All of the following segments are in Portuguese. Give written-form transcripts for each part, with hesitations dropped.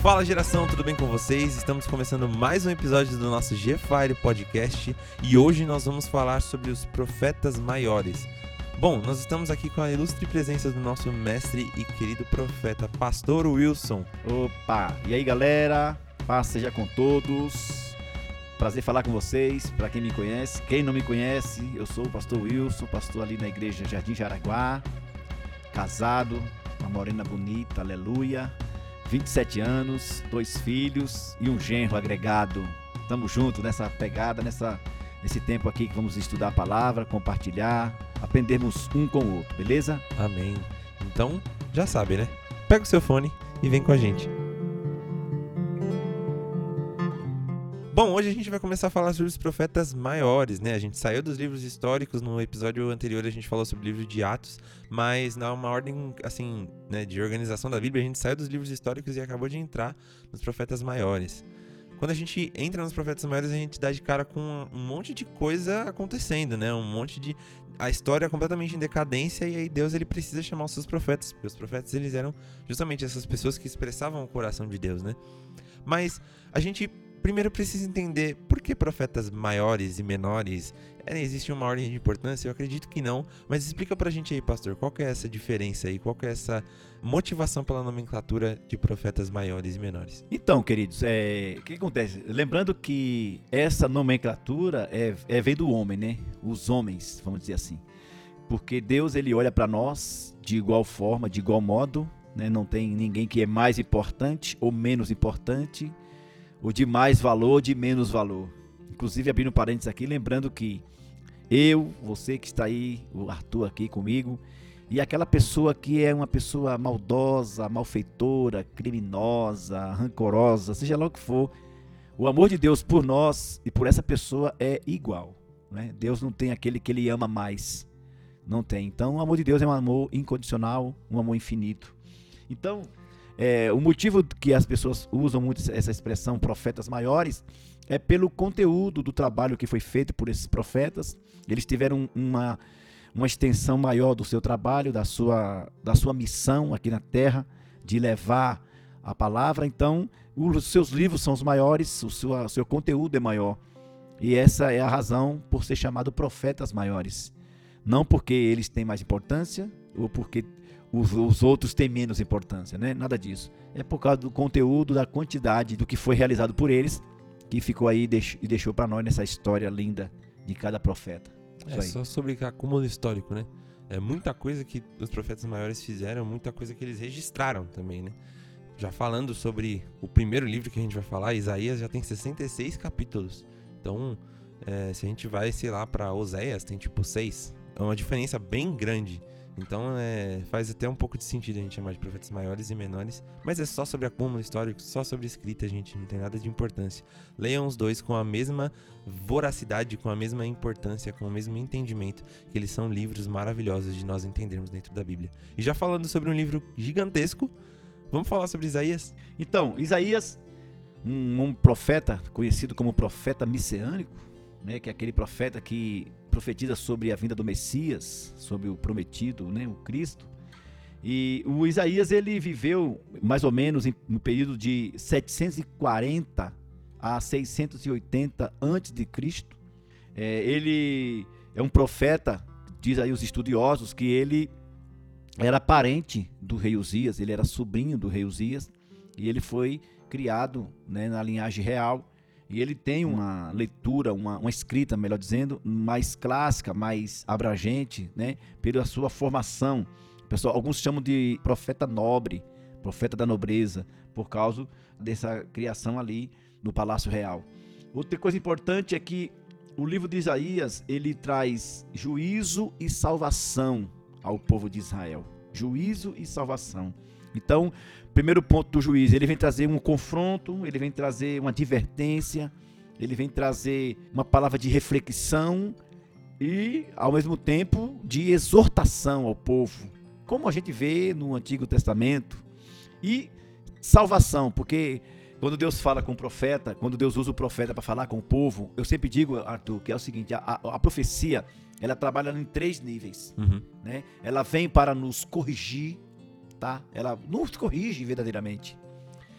Fala geração, tudo bem com vocês? Estamos começando mais um episódio do nosso G-Fire Podcast e hoje nós vamos falar sobre os profetas maiores. Bom, nós estamos aqui com a ilustre presença do nosso mestre e querido profeta, Pastor Wilson. Opa! E aí galera, paz seja com todos. Prazer falar com vocês, para quem me conhece. Quem não me conhece, eu sou o Pastor Wilson, pastor ali na igreja Jardim Jaraguá, casado, uma morena bonita, aleluia. 27 anos, 2 filhos e um genro agregado. Tamo junto nessa pegada, nesse tempo aqui que vamos estudar a palavra, compartilhar, aprendermos um com o outro, beleza? Amém. Então, já sabe, né? Pega o seu fone e vem com a gente. Bom, hoje a gente vai começar a falar sobre os profetas maiores, né? A gente saiu dos livros históricos, no episódio anterior a gente falou sobre o livro de Atos, mas numa ordem, assim, né, de organização da Bíblia, a gente saiu dos livros históricos e acabou de entrar nos profetas maiores. Quando a gente entra nos profetas maiores, a gente dá de cara com um monte de coisa acontecendo, né? Um monte de... A história é completamente em decadência e aí Deus ele precisa chamar os seus profetas, porque os profetas eles eram justamente essas pessoas que expressavam o coração de Deus, né? Mas a gente primeiro precisa entender por que profetas maiores e menores. Existe uma ordem de importância? Eu acredito que não, mas explica pra gente aí, pastor, qual que é essa diferença aí, qual que é essa motivação pela nomenclatura de profetas maiores e menores? Então, queridos, o que acontece? Lembrando que essa nomenclatura vem do homem, né? Os homens, vamos dizer assim. Porque Deus, ele olha para nós de igual forma, de igual modo, né? Não tem ninguém que é mais importante ou menos importante, ou de mais valor ou de menos valor. Inclusive, abrindo parênteses aqui, lembrando que eu, você que está aí, o Arthur aqui comigo, e aquela pessoa que é uma pessoa maldosa, malfeitora, criminosa, rancorosa, seja lá o que for, o amor de Deus por nós e por essa pessoa é igual, né? Deus não tem aquele que ele ama mais, não tem. Então, o amor de Deus é um amor incondicional, um amor infinito. Então, o motivo que as pessoas usam muito essa expressão profetas maiores é pelo conteúdo do trabalho que foi feito por esses profetas. Eles tiveram uma extensão maior do seu trabalho, da sua missão aqui na terra, de levar a palavra. Então, os seus livros são os maiores, o seu conteúdo é maior. E essa é a razão por ser chamado profetas maiores. Não porque eles têm mais importância ou porque os outros têm menos importância, né? Nada disso. É por causa do conteúdo, da quantidade do que foi realizado por eles, que ficou aí e deixou para nós nessa história linda de cada profeta. Só sobre acúmulo histórico, né? É muita coisa que os profetas maiores fizeram, muita coisa que eles registraram também, né? Já falando sobre o primeiro livro que a gente vai falar, Isaías já tem 66 capítulos. Então, se a gente vai, sei lá, para Oséias, tem tipo 6. É uma diferença bem grande. Então faz até um pouco de sentido a gente chamar de profetas maiores e menores, mas é só sobre acúmulo histórico, só sobre escrita, gente, não tem nada de importância. Leiam os dois com a mesma voracidade, com a mesma importância, com o mesmo entendimento, que eles são livros maravilhosos de nós entendermos dentro da Bíblia. E já falando sobre um livro gigantesco, vamos falar sobre Isaías? Então, Isaías, um profeta conhecido como profeta messiânico, né, que é aquele profeta que profetiza sobre a vinda do Messias, sobre o prometido, né, o Cristo. E o Isaías, ele viveu mais ou menos no período de 740 a 680 a.C. Ele é um profeta, diz aí os estudiosos, que ele era parente do rei Uzias, ele era sobrinho do rei Uzias, e ele foi criado, né, na linhagem real. E ele tem uma leitura, uma escrita, melhor dizendo, mais clássica, mais abrangente, né, pela sua formação. Pessoal, alguns chamam de profeta nobre, profeta da nobreza, por causa dessa criação ali no Palácio Real. Outra coisa importante é que o livro de Isaías, ele traz juízo e salvação ao povo de Israel. Juízo e salvação. Então, primeiro ponto do juízo, ele vem trazer um confronto, ele vem trazer uma advertência, ele vem trazer uma palavra de reflexão e, ao mesmo tempo, de exortação ao povo, como a gente vê no Antigo Testamento. E salvação, porque quando Deus fala com o profeta, quando Deus usa o profeta para falar com o povo, eu sempre digo, Arthur, que é o seguinte, a profecia, ela trabalha em 3 níveis, né? Ela vem para nos corrigir, tá? Ela nos corrige verdadeiramente.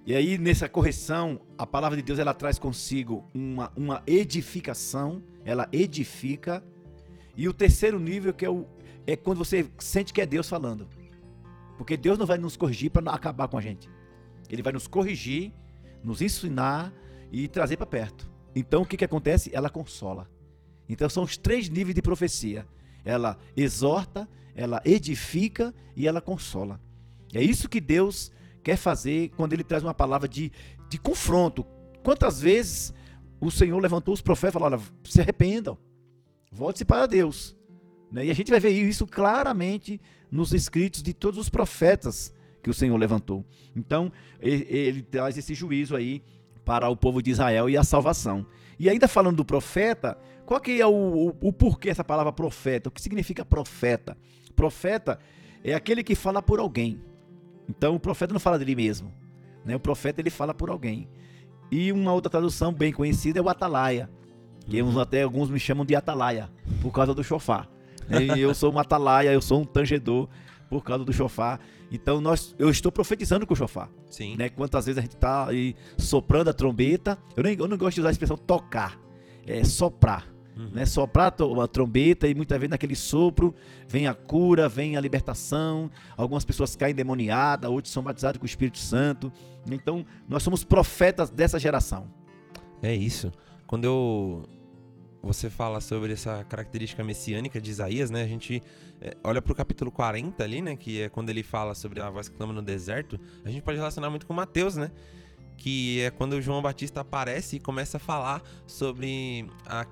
E aí, nessa correção, a palavra de Deus ela traz consigo uma edificação, ela edifica. E o terceiro nível que é quando você sente que é Deus falando. Porque Deus não vai nos corrigir para acabar com a gente. Ele vai nos corrigir, nos ensinar e trazer para perto. Então, o que acontece? Ela consola. Então, são os 3 níveis de profecia. Ela exorta, ela edifica e ela consola. É isso que Deus quer fazer quando Ele traz uma palavra de confronto. Quantas vezes o Senhor levantou os profetas e falou: olha, se arrependam, volte-se para Deus. Né? E a gente vai ver isso claramente nos escritos de todos os profetas que o Senhor levantou. Então, ele traz esse juízo aí para o povo de Israel e a salvação. E ainda falando do profeta, qual que é o porquê essa palavra profeta? O que significa profeta? Profeta é aquele que fala por alguém. Então, o profeta não fala dele mesmo. Né? O profeta, ele fala por alguém. E uma outra tradução bem conhecida é o atalaia. Que até alguns me chamam de atalaia, por causa do chofar. Eu sou um atalaia, eu sou um tangedor por causa do chofar. Então eu estou profetizando com o chofar. Sim. Né? Quantas vezes a gente está aí soprando a trombeta. Eu não gosto de usar a expressão tocar, é soprar. Né? Soprar a trombeta e muitas vezes naquele sopro vem a cura, vem a libertação. Algumas pessoas caem endemoniadas, outros são batizados com o Espírito Santo. Então nós somos profetas dessa geração. É isso. Você fala sobre essa característica messiânica de Isaías, né? A gente olha para o capítulo 40 ali, né? Que é quando ele fala sobre a voz que clama no deserto. A gente pode relacionar muito com Mateus, né? Que é quando o João Batista aparece e começa a falar sobre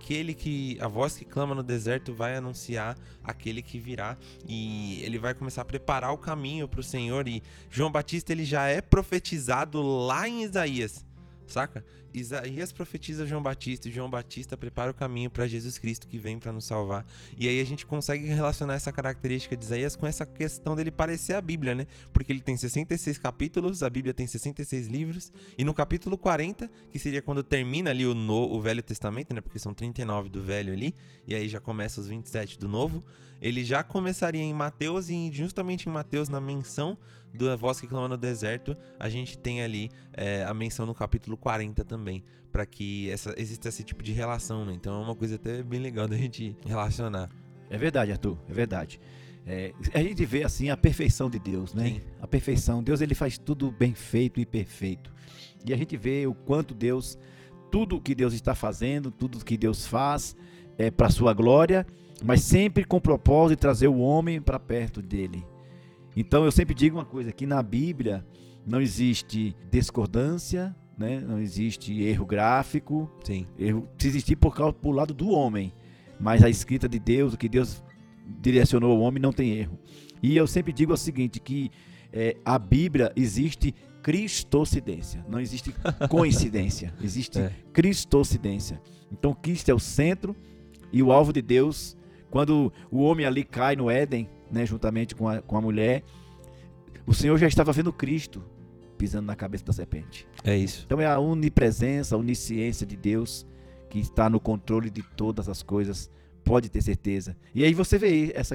a voz que clama no deserto vai anunciar aquele que virá. E ele vai começar a preparar o caminho para o Senhor. E João Batista, ele já é profetizado lá em Isaías, saca? Isaías profetiza João Batista e João Batista prepara o caminho para Jesus Cristo que vem para nos salvar. E aí a gente consegue relacionar essa característica de Isaías com essa questão dele parecer a Bíblia, né? Porque ele tem 66 capítulos, a Bíblia tem 66 livros, e no capítulo 40, que seria quando termina ali o Velho Testamento, né? Porque são 39 do Velho ali, e aí já começa os 27 do Novo. Ele já começaria em Mateus, e justamente em Mateus, na menção da voz que clama no deserto, a gente tem ali a menção no capítulo 40 também, para que exista esse tipo de relação, né? Então é uma coisa até bem legal da gente relacionar. É verdade, Arthur, é verdade. A gente vê assim a perfeição de Deus, né? Sim. A perfeição, Deus ele faz tudo bem feito e perfeito. E a gente vê o quanto tudo que Deus está fazendo, tudo que Deus faz é para a sua glória, mas sempre com o propósito de trazer o homem para perto dele. Então eu sempre digo uma coisa, que na Bíblia não existe discordância, né? Não existe erro gráfico. Sim. Se existir por lado do homem, mas a escrita de Deus, o que Deus direcionou ao homem, não tem erro. E eu sempre digo o seguinte, que a Bíblia existe cristocidência, não existe coincidência, existe cristocidência. Então Cristo é o centro e o alvo de Deus. Quando o homem ali cai no Éden, né, juntamente com a mulher, o Senhor já estava vendo Cristo pisando na cabeça da serpente. É isso. Então é a onipresença, a onisciência de Deus que está no controle de todas as coisas, pode ter certeza. E aí você vê essa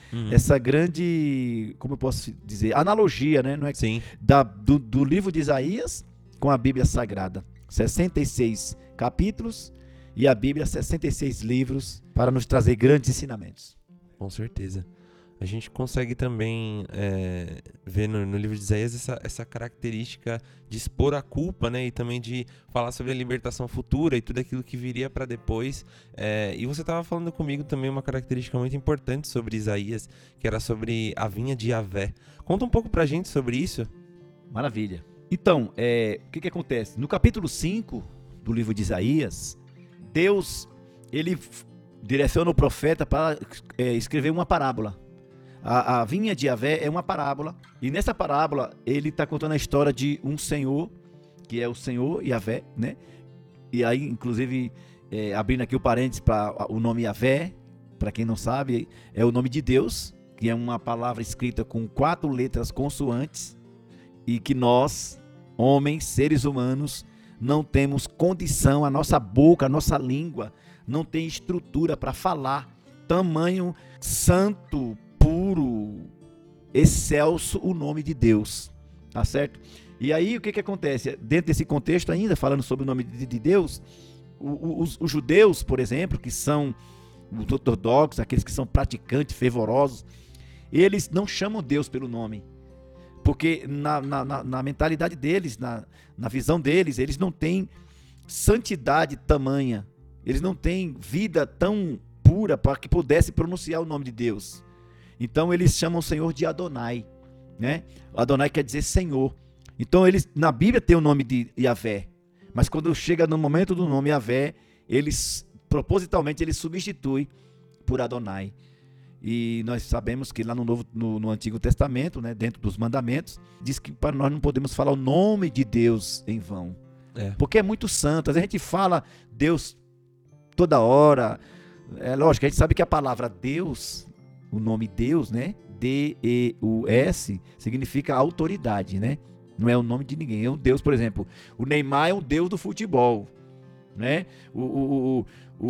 grande, como eu posso dizer, analogia, né? Não é? Sim. Do livro de Isaías com a Bíblia Sagrada. 66 capítulos e a Bíblia 66 livros para nos trazer grandes ensinamentos. Com certeza. A gente consegue também ver no livro de Isaías essa característica de expor a culpa, né? E também de falar sobre a libertação futura e tudo aquilo que viria para depois. E você estava falando comigo também uma característica muito importante sobre Isaías, que era sobre a vinha de Yahvé. Conta um pouco pra gente sobre isso. Maravilha. Então, o que acontece? No capítulo 5 do livro de Isaías, Deus, ele direciona o profeta para escrever uma parábola. A vinha de Yahvé é uma parábola, e nessa parábola ele está contando a história de um senhor, que é o Senhor Yahvé, né? E aí, inclusive, abrindo aqui o parênteses para o nome Yahvé, para quem não sabe, é o nome de Deus, que é uma palavra escrita com 4 letras consoantes, e que nós, homens, seres humanos, não temos condição, a nossa boca, a nossa língua, não tem estrutura para falar, tamanho santo, puro, excelso o nome de Deus, tá certo? E aí o que acontece? Dentro desse contexto ainda, falando sobre o nome de Deus, os judeus, por exemplo, que são os ortodoxos, aqueles que são praticantes, fervorosos, eles não chamam Deus pelo nome. Porque na mentalidade deles, na visão deles, eles não têm santidade tamanha. Eles não têm vida tão pura para que pudesse pronunciar o nome de Deus. Então eles chamam o Senhor de Adonai, né? Adonai quer dizer Senhor. Então eles, na Bíblia tem o nome de Yahvé, mas quando chega no momento do nome Yahvé, eles propositalmente eles substituem por Adonai. E nós sabemos que lá no Antigo Testamento, né, dentro dos mandamentos, diz que para nós não podemos falar o nome de Deus em vão. Porque é muito santo. A gente fala Deus toda hora. É lógico, a gente sabe que a palavra Deus, o nome Deus, né, D-E-U-S, significa autoridade, né? Não é o nome de ninguém. É um Deus, por exemplo, o Neymar é um Deus do futebol, né? O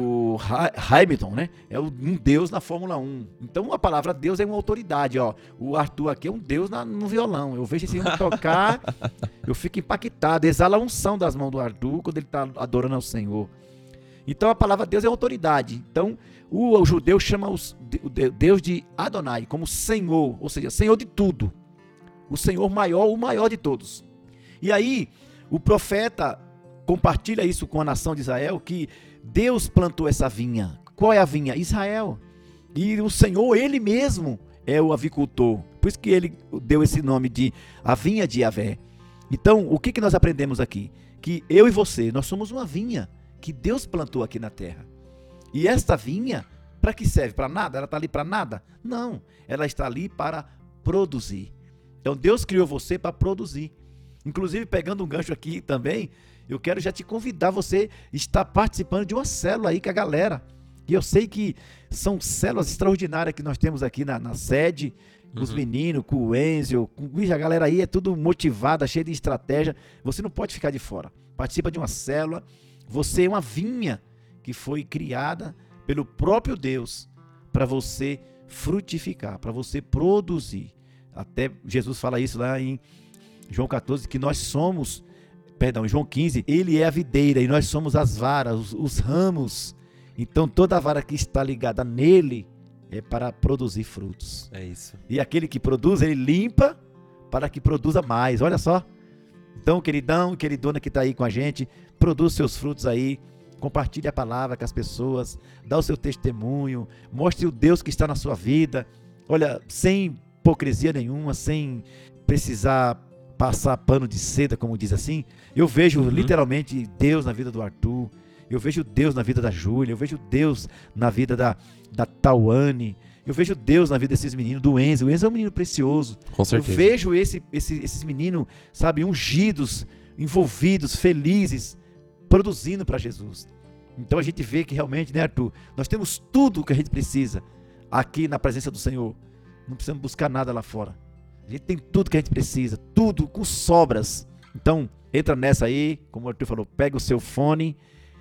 Hamilton, né? É um Deus na Fórmula 1. Então a palavra Deus é uma autoridade, ó. O Arthur aqui é um Deus no violão. Eu vejo esse homem tocar, eu fico impactado. Exala a unção das mãos do Arthur quando ele está adorando ao Senhor. Então a palavra Deus é autoridade. Então o judeu chama o Deus de Adonai, como Senhor, ou seja, Senhor de tudo. O Senhor maior, o maior de todos. E aí o profeta compartilha isso com a nação de Israel, que Deus plantou essa vinha. Qual é a vinha? Israel. E o Senhor, Ele mesmo, é o avicultor. Por isso que Ele deu esse nome de a vinha de Yahvé. Então, o que nós aprendemos aqui? Que eu e você, nós somos uma vinha que Deus plantou aqui na terra. E esta vinha, para que serve? Para nada? Ela está ali para nada? Não, ela está ali para produzir. Então, Deus criou você para produzir. Inclusive, pegando um gancho aqui também, eu quero já te convidar, você está participando de uma célula aí com a galera. E eu sei que são células extraordinárias que nós temos aqui na sede, com os meninos, com o Enzo, a galera aí é tudo motivada, cheia de estratégia. Você não pode ficar de fora. Participa de uma célula. Você é uma vinha que foi criada pelo próprio Deus para você frutificar, para você produzir. Até Jesus fala isso lá em João 14, que nós somos, João 15, ele é a videira e nós somos as varas, os ramos. Então toda vara que está ligada nele é para produzir frutos. É isso. E aquele que produz, ele limpa para que produza mais. Olha só. Então, queridão, queridona que está aí com a gente, produz seus frutos aí, compartilhe a palavra com as pessoas, dá o seu testemunho, mostre o Deus que está na sua vida. Olha, sem hipocrisia nenhuma, sem precisar passar pano de seda, como diz assim. Eu vejo literalmente Deus na vida do Arthur, eu vejo Deus na vida da Júlia, eu vejo Deus na vida da Tawane, eu vejo Deus na vida desses meninos, do Enzo. O Enzo é um menino precioso. Com certeza. Eu vejo esses meninos, sabe, ungidos, envolvidos, felizes, produzindo para Jesus. Então a gente vê que realmente, né, Arthur, nós temos tudo o que a gente precisa aqui na presença do Senhor. Não precisamos buscar nada lá fora. A gente tem tudo que a gente precisa, tudo com sobras. Então, entra nessa aí, como o Arthur falou, pega o seu fone,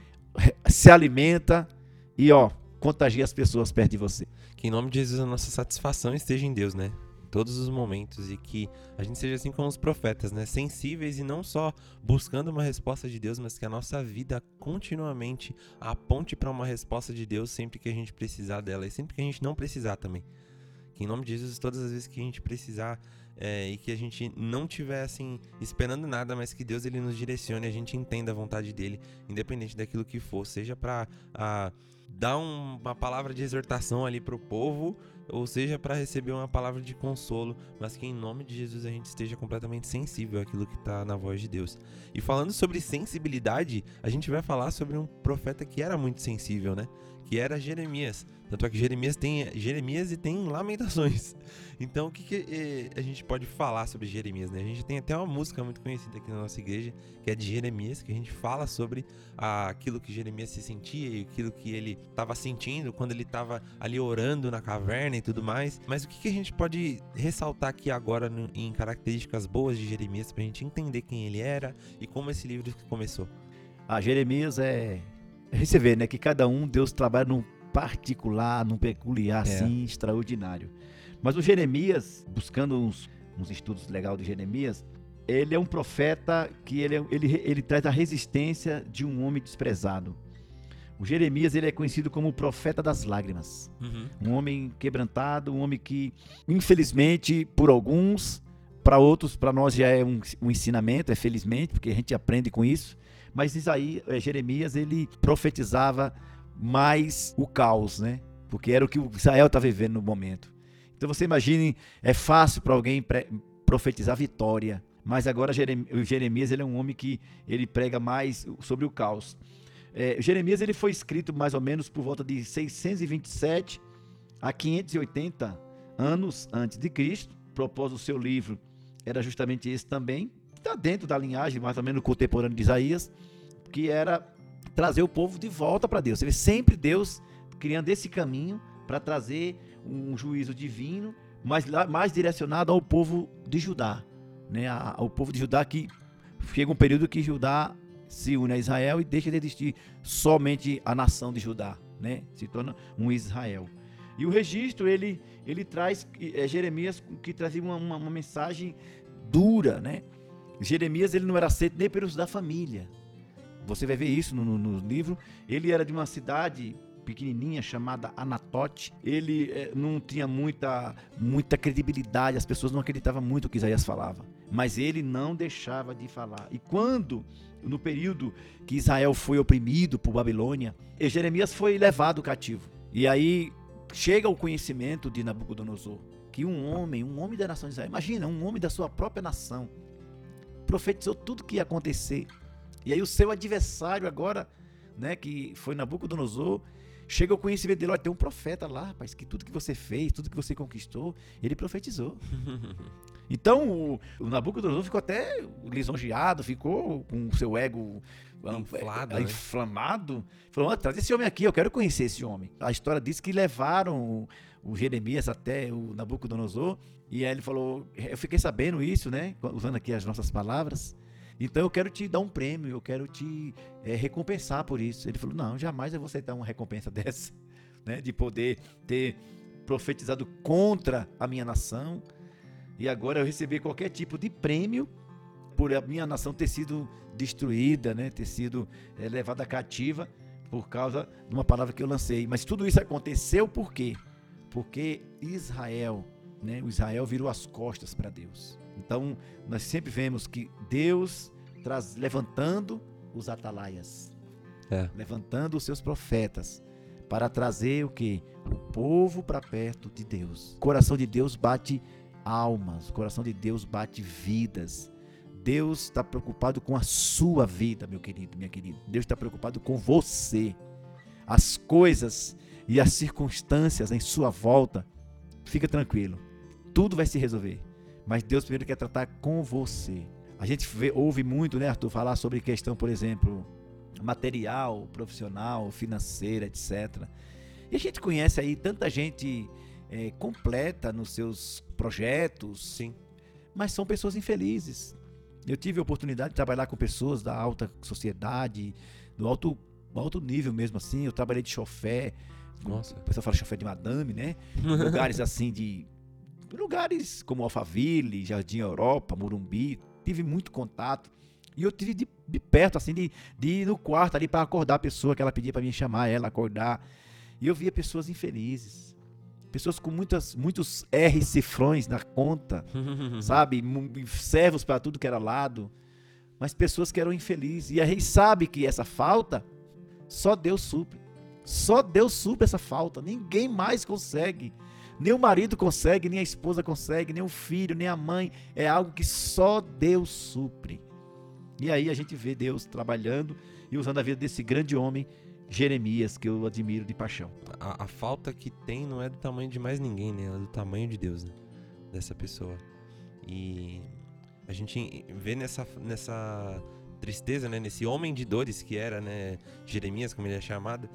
se alimenta e, contagia as pessoas perto de você. Que em nome de Jesus a nossa satisfação esteja em Deus, né? Em todos os momentos, e que a gente seja assim como os profetas, né? Sensíveis e não só buscando uma resposta de Deus, mas que a nossa vida continuamente aponte para uma resposta de Deus sempre que a gente precisar dela e sempre que a gente não precisar também. Que em nome de Jesus, todas as vezes que a gente precisar e que a gente não estiver assim esperando nada, mas que Deus ele nos direcione, a gente entenda a vontade dele, independente daquilo que for, seja para dar uma palavra de exortação ali pro povo, ou seja para receber uma palavra de consolo, mas que em nome de Jesus a gente esteja completamente sensível àquilo que está na voz de Deus. E falando sobre sensibilidade, a gente vai falar sobre um profeta que era muito sensível, né? Que era Jeremias. Tanto é que Jeremias e tem Lamentações. Então o que a gente pode falar sobre Jeremias, né? A gente tem até uma música muito conhecida aqui na nossa igreja, que é de Jeremias, que a gente fala sobre aquilo que Jeremias se sentia e aquilo que ele estava sentindo quando ele estava ali orando na caverna e tudo mais. Mas o que a gente pode ressaltar aqui agora em características boas de Jeremias pra gente entender quem ele era e como esse livro começou? Jeremias você vê, né, que cada um, Deus trabalha num particular, num peculiar, assim, extraordinário. Mas o Jeremias, buscando uns estudos legais de Jeremias, ele é um profeta que ele traz a resistência de um homem desprezado. O Jeremias, ele é conhecido como o profeta das lágrimas. Um homem quebrantado, um homem que, infelizmente, por alguns, para outros, para nós já é um ensinamento, felizmente, porque a gente aprende com isso. Mas Jeremias, ele profetizava mais o caos, né? Porque era o que Israel está vivendo no momento. Então você imagine, é fácil para alguém profetizar vitória, mas agora o Jeremias, ele é um homem que ele prega mais sobre o caos. Jeremias, ele foi escrito mais ou menos por volta de 627 a 580 anos antes de Cristo. O propósito do seu livro era justamente esse também, está dentro da linhagem mais ou menos contemporânea de Isaías, que era trazer o povo de volta para Deus. Ele sempre Deus criando esse caminho para trazer um juízo divino, mas mais direcionado ao povo de Judá, né? Ao povo de Judá, que chega um período que Judá se une a Israel e deixa de existir somente a nação de Judá, né? Se torna um Israel. E o registro, ele traz Jeremias, que trazia uma mensagem dura, né? Jeremias, ele não era aceito nem pelos da família. Você vai ver isso no livro. Ele era de uma cidade pequenininha chamada Anatote. Ele não tinha muita credibilidade, as pessoas não acreditavam muito no que Isaías falava, mas ele não deixava de falar. E quando, no período que Israel foi oprimido por Babilônia, Jeremias foi levado cativo. E aí chega o conhecimento de Nabucodonosor, que um homem da nação de Israel, imagina, um homem da sua própria nação, profetizou tudo que ia acontecer. E aí o seu adversário agora, né, que foi Nabucodonosor, chega o conhecimento dele: olha, tem um profeta lá, rapaz, que tudo que você fez, tudo que você conquistou, ele profetizou. Então o Nabucodonosor ficou até lisonjeado, ficou com o seu ego inflamado. Falou: traz esse homem aqui, eu quero conhecer esse homem. A história diz que levaram o Jeremias até o Nabucodonosor, e aí ele falou: eu fiquei sabendo isso, né, usando aqui as nossas palavras, então eu quero te dar um prêmio, eu quero te recompensar por isso. Ele falou: não, jamais eu vou aceitar uma recompensa dessa, né, de poder ter profetizado contra a minha nação, e agora eu receber qualquer tipo de prêmio por a minha nação ter sido destruída, né, ter sido levada cativa por causa de uma palavra que eu lancei. Mas tudo isso aconteceu por quê? Porque Israel, né, o Israel virou as costas para Deus. Então, nós sempre vemos que Deus levantando os atalaias, levantando os seus profetas, para trazer o quê? O povo para perto de Deus. O coração de Deus bate almas, o coração de Deus bate vidas. Deus está preocupado com a sua vida, meu querido, minha querida. Deus está preocupado com você. As coisas e as circunstâncias em sua volta, fica tranquilo, tudo vai se resolver. Mas Deus primeiro quer tratar com você. A gente ouve muito, né, Arthur, falar sobre questão, por exemplo, material, profissional, financeira, etc. E a gente conhece aí tanta gente completa nos seus projetos. Sim. Mas são pessoas infelizes. Eu tive a oportunidade de trabalhar com pessoas da alta sociedade, do alto nível mesmo assim. Eu trabalhei de chofé. Nossa. O pessoal fala chofé de madame, né? Lugares assim lugares como Alphaville, Jardim Europa, Morumbi. Tive muito contato. E eu tive de perto, assim, de ir no quarto ali para acordar a pessoa que ela pedia para mim chamar ela, acordar. E eu via pessoas infelizes. Pessoas com muitos R cifrões na conta, sabe? Servos para tudo que era lado. Mas pessoas que eram infelizes. E a gente sabe que essa falta, só Deus supre. Só Deus supre essa falta. Ninguém mais consegue. Nem o marido consegue, nem a esposa consegue, nem o filho, nem a mãe. É algo que só Deus supre. E aí a gente vê Deus trabalhando e usando a vida desse grande homem, Jeremias, que eu admiro de paixão. A falta que tem não é do tamanho de mais ninguém, né? É do tamanho de Deus, né? Dessa pessoa. E a gente vê nessa tristeza, né? Nesse homem de dores que era, né? Jeremias, como ele é chamado.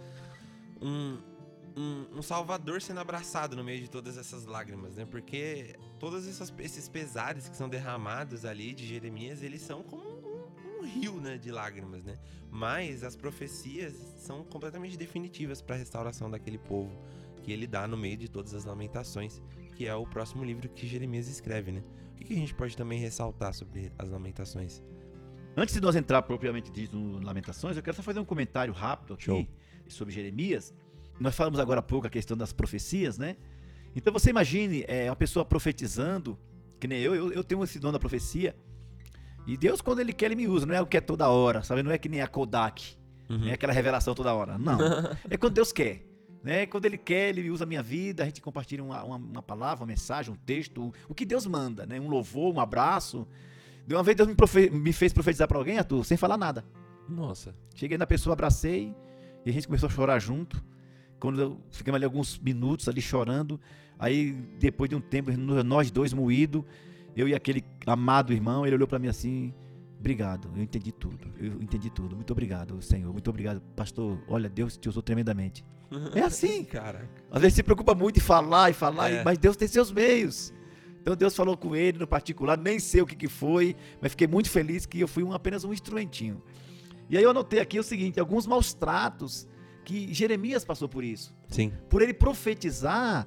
Um salvador sendo abraçado no meio de todas essas lágrimas, né? Porque todos esses pesares que são derramados ali de Jeremias, eles são como um rio, né, de lágrimas, né? Mas as profecias são completamente definitivas para a restauração daquele povo que ele dá no meio de todas as lamentações, que é o próximo livro que Jeremias escreve, né? O que a gente pode também ressaltar sobre as lamentações? Antes de nós entrar propriamente dito no Lamentações, eu quero só fazer um comentário rápido aqui Show. sobre Jeremias. Nós falamos agora há pouco a questão das profecias, né? Então você imagine uma pessoa profetizando, que nem eu tenho esse dom da profecia, e Deus, quando Ele quer, Ele me usa, não é o que é toda hora, sabe? Não é que nem a Kodak, não é aquela revelação toda hora, não. É quando Deus quer, né? Quando Ele quer, Ele usa a minha vida, a gente compartilha uma palavra, uma mensagem, um texto, o que Deus manda, né? Um louvor, um abraço. De uma vez Deus me fez profetizar para alguém, Arthur, sem falar nada. Nossa. Cheguei na pessoa, abracei, e a gente começou a chorar junto. Quando ficamos ali alguns minutos ali chorando, aí depois de um tempo, nós dois moídos, eu e aquele amado irmão, ele olhou para mim assim: obrigado, eu entendi tudo, muito obrigado, Senhor, muito obrigado, pastor, olha, Deus te usou tremendamente. É assim, Caraca. às vezes se preocupa muito em falar, mas Deus tem seus meios. Então Deus falou com ele no particular, nem sei o que foi, mas fiquei muito feliz que eu fui apenas um instrumentinho. E aí eu anotei aqui o seguinte: alguns maus tratos que Jeremias passou por isso. Sim. Por ele profetizar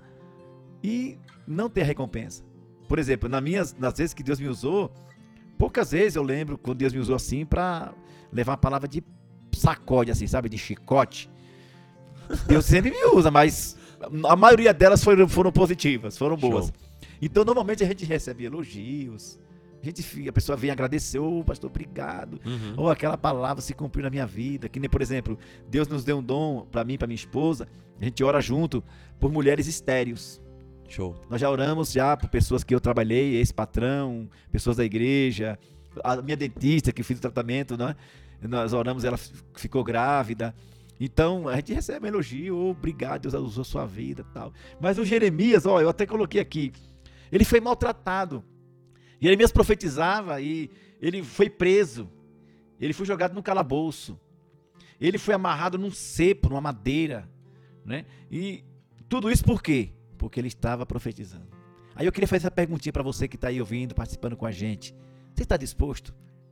e não ter a recompensa. Por exemplo, nas vezes que Deus me usou, poucas vezes eu lembro quando Deus me usou assim para levar uma palavra de sacode, assim, sabe, de chicote. Deus sempre me usa, mas a maioria delas foram positivas, foram boas. Show. Então, normalmente a gente recebe elogios, a pessoa vem agradecer: pastor, obrigado. Ou aquela palavra se cumpriu na minha vida. Que nem, por exemplo, Deus nos deu um dom para mim e para minha esposa. A gente ora junto por mulheres estéreis. Show. Nós já oramos por pessoas que eu trabalhei, ex-patrão, pessoas da igreja, a minha dentista que fiz o tratamento, né? Nós oramos, ela ficou grávida. Então, a gente recebe um elogio: obrigado, Deus usou sua vida e tal. Mas o Jeremias, eu até coloquei aqui, ele foi maltratado. Jeremias profetizava e ele foi preso, ele foi jogado num calabouço, ele foi amarrado num cepo, numa madeira, né? E tudo isso por quê? Porque ele estava profetizando. Aí eu queria fazer essa perguntinha para você que está aí ouvindo, participando com a gente. Você está disposto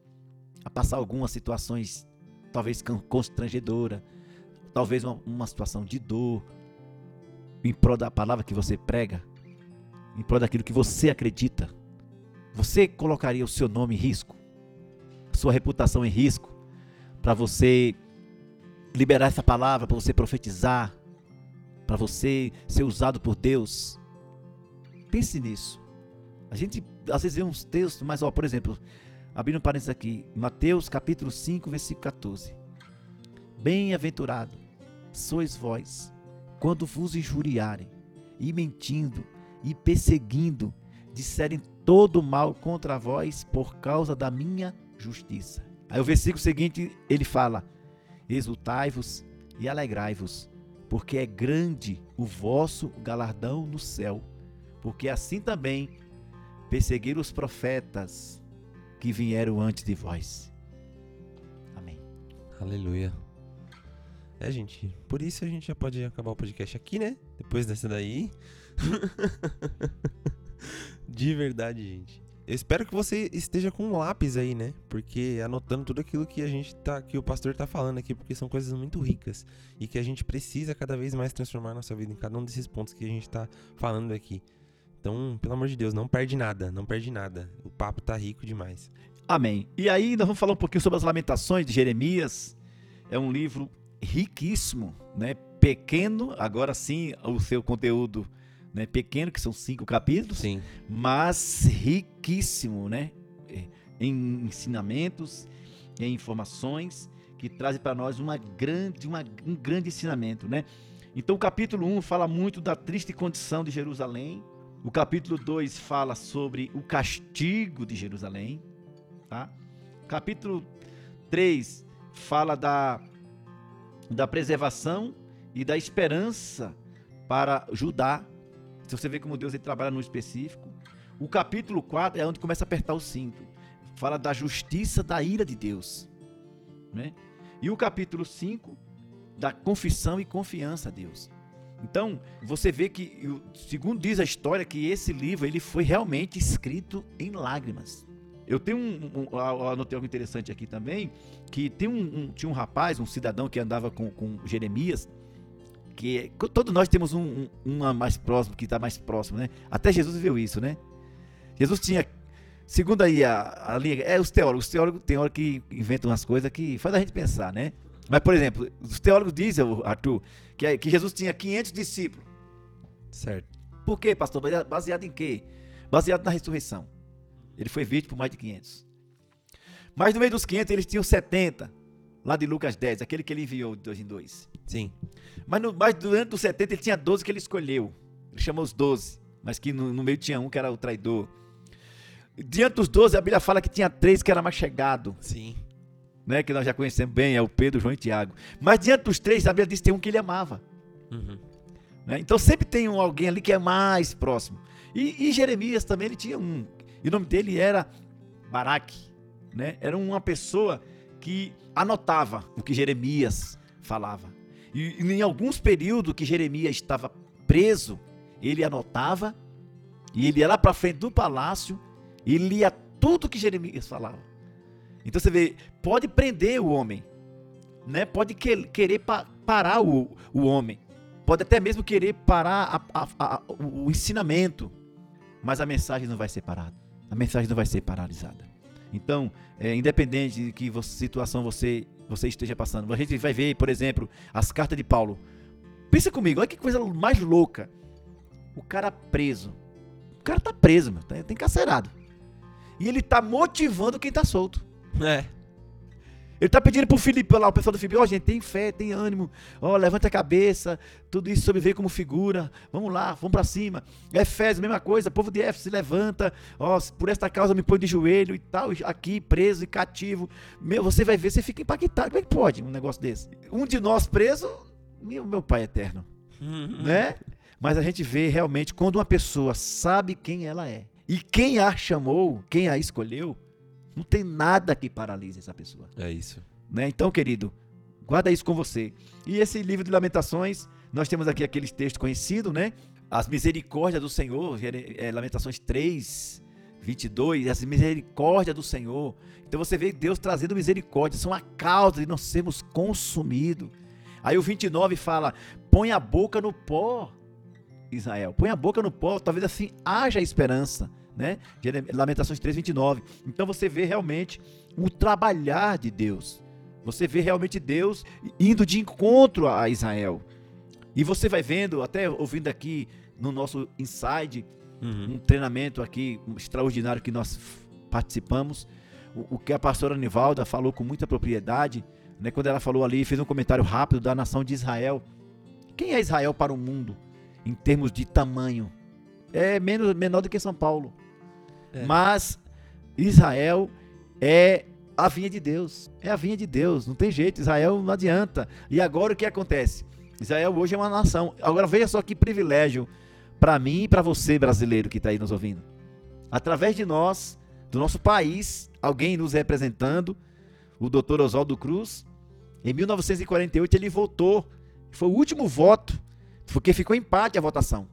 a passar algumas situações talvez constrangedoras, talvez uma situação de dor, em prol da palavra que você prega, em prol daquilo que você acredita? Você colocaria o seu nome em risco, sua reputação em risco, para você liberar essa palavra, para você profetizar, para você ser usado por Deus? Pense nisso. A gente às vezes vê uns textos, mas por exemplo, abrindo um parênteses aqui, Mateus capítulo 5, versículo 14. Bem-aventurado sois vós, quando vos injuriarem, e mentindo, e perseguindo, disserem todo mal contra vós por causa da minha justiça. Aí o versículo seguinte ele fala: exultai-vos e alegrai-vos, porque é grande o vosso galardão no céu, porque assim também perseguiram os profetas que vieram antes de vós. Amém. Aleluia. Gente, por isso a gente já pode acabar o podcast aqui, né? Depois dessa daí. De verdade, gente. Eu espero que você esteja com um lápis aí, né? Porque anotando tudo aquilo que que o pastor tá falando aqui, porque são coisas muito ricas e que a gente precisa cada vez mais transformar a nossa vida em cada um desses pontos que a gente tá falando aqui. Então, pelo amor de Deus, não perde nada, não perde nada. O papo tá rico demais. Amém. E aí nós vamos falar um pouquinho sobre as Lamentações de Jeremias. É um livro riquíssimo, né? Pequeno, agora sim o seu conteúdo, né? Pequeno, que são 5 capítulos, Sim. Mas riquíssimo, né? Em ensinamentos, em informações que trazem para nós um grande ensinamento, né? Então o capítulo 1 fala muito da triste condição de Jerusalém. O capítulo 2 fala sobre o castigo de Jerusalém, tá? O capítulo 3 fala da preservação e da esperança para Judá. Se você vê como Deus ele trabalha no específico. O capítulo 4 é onde começa a apertar o cinto. Fala da justiça, da ira de Deus, né? E o capítulo 5, da confissão e confiança a Deus. Então, você vê que, segundo diz a história, que esse livro ele foi realmente escrito em lágrimas. Eu tenho anotei algo interessante aqui também, que tinha um rapaz, um cidadão que andava com Jeremias, Todos nós temos uma mais próximo, que está mais próximo, né? Até Jesus viveu isso, né? Jesus tinha, segundo aí a linha, os teólogos tem hora que inventam umas coisas que faz a gente pensar, né? Mas, por exemplo, os teólogos dizem, Arthur, que Jesus tinha 500 discípulos. Certo. Por quê, pastor? Baseado em quê? Baseado na ressurreição. Ele foi visto por mais de 500. Mas no meio dos 500 eles tinham 70, lá de Lucas 10, aquele que ele enviou de 2 em 2. Sim. Mas durante os 70 ele tinha 12 que ele escolheu. Ele chamou os 12, mas que no meio tinha um que era o traidor. Diante dos 12, a Bíblia fala que tinha 3 que era mais chegado. Sim. Né, que nós já conhecemos bem, é o Pedro, João e Tiago. Mas diante dos 3, a Bíblia diz que tem um que ele amava. Uhum. Né? Então sempre tem alguém ali que é mais próximo. E Jeremias também, ele tinha um. E o nome dele era Baraque. Né? Era uma pessoa que anotava o que Jeremias falava. E em alguns períodos que Jeremias estava preso, ele anotava, e ele ia lá para frente do palácio, e lia tudo que Jeremias falava. Então você vê, pode prender o homem, né? Pode querer parar o homem, pode até mesmo querer parar o ensinamento, mas a mensagem não vai ser parada, a mensagem não vai ser paralisada. Então, independente de que situação você esteja passando, a gente vai ver, por exemplo, as cartas de Paulo. Pensa comigo, olha que coisa mais louca. O cara preso. O cara tá preso, meu, tá encarcerado. E ele tá motivando quem tá solto. Ele tá pedindo pro Filipe lá, o pessoal do Filipe, gente, tem fé, tem ânimo, levanta a cabeça, tudo isso sobreveio como figura, vamos lá, vamos pra cima. Efésios, mesma coisa, povo de Éfeso se levanta, por esta causa me põe de joelho e tal, aqui preso e cativo. Você vai ver, você fica impactado, como é que pode um negócio desse? Um de nós preso, meu pai eterno, né? Mas a gente vê realmente quando uma pessoa sabe quem ela é e quem a chamou, quem a escolheu, não tem nada que paralise essa pessoa. É isso. Né? Então, querido, guarda isso com você. E esse livro de Lamentações, nós temos aqui aqueles textos conhecidos, né? As misericórdias do Senhor, Lamentações 3, 22, as misericórdias do Senhor. Então você vê Deus trazendo misericórdia, são a causa de nós sermos consumidos. Aí o 29 fala, põe a boca no pó, Israel, põe a boca no pó, talvez assim haja esperança. Né? Lamentações 3, 29. Então você vê realmente o trabalhar de Deus. Você vê realmente Deus indo de encontro a Israel. E você vai vendo, até ouvindo aqui no nosso Inside, um treinamento aqui extraordinário que nós participamos, o que a pastora Nivalda falou com muita propriedade, né? Quando ela falou ali, fez um comentário rápido da nação de Israel. Quem é Israel para o mundo em termos de tamanho? É menor do que São Paulo. Mas Israel é a vinha de Deus. É a vinha de Deus. Não tem jeito. Israel não adianta. E agora o que acontece? Israel hoje é uma nação. Agora veja só que privilégio para mim e para você, brasileiro, que está aí nos ouvindo. Através de nós, do nosso país, alguém nos representando, o Dr. Oswaldo Cruz, em 1948 ele votou. Foi o último voto, porque ficou empate a votação.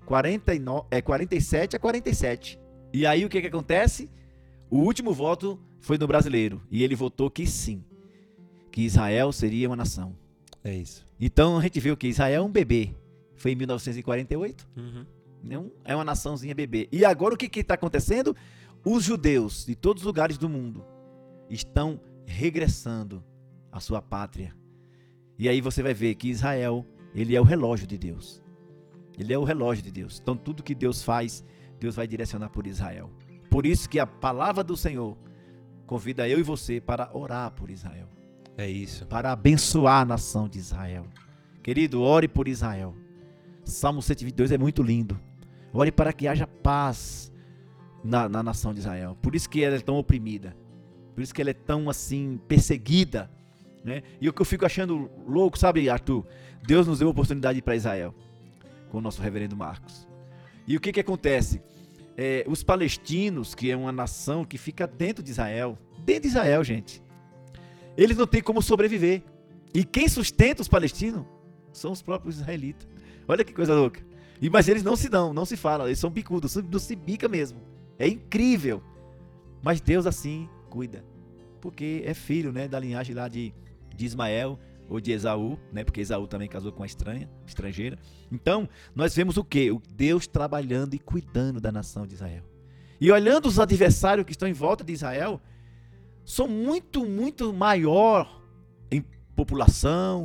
47 a 47. E aí o que acontece? O último voto foi no brasileiro. E ele votou que sim. Que Israel seria uma nação. É isso. Então a gente viu que Israel é um bebê. Foi em 1948. É uma naçãozinha bebê. E agora o que está acontecendo? Os judeus de todos os lugares do mundo estão regressando à sua pátria. E aí você vai ver que Israel, ele é o relógio de Deus. Ele é o relógio de Deus. Então tudo que Deus faz, Deus vai direcionar por Israel. Por isso que a palavra do Senhor convida eu e você para orar por Israel. É isso. Para abençoar a nação de Israel. Querido, ore por Israel. Salmo 122 é muito lindo. Ore para que haja paz na nação de Israel. Por isso que ela é tão oprimida. Por isso que ela é tão assim perseguida. Né? E o que eu fico achando louco, sabe, Arthur? Deus nos deu a oportunidade de ir para Israel com o nosso reverendo Marcos. E o que acontece? Os palestinos, que é uma nação que fica dentro de Israel, gente, eles não têm como sobreviver. E quem sustenta os palestinos são os próprios israelitas. Olha que coisa louca. Mas eles não se dão, não se falam, eles são bicudos, não se bica mesmo. É incrível. Mas Deus assim cuida. Porque é filho, né, da linhagem lá de Ismael, ou de Esaú, né? Porque Esaú também casou com uma estrangeira. Então, nós vemos o quê? O Deus trabalhando e cuidando da nação de Israel. E olhando os adversários que estão em volta de Israel, são muito, muito maior em população,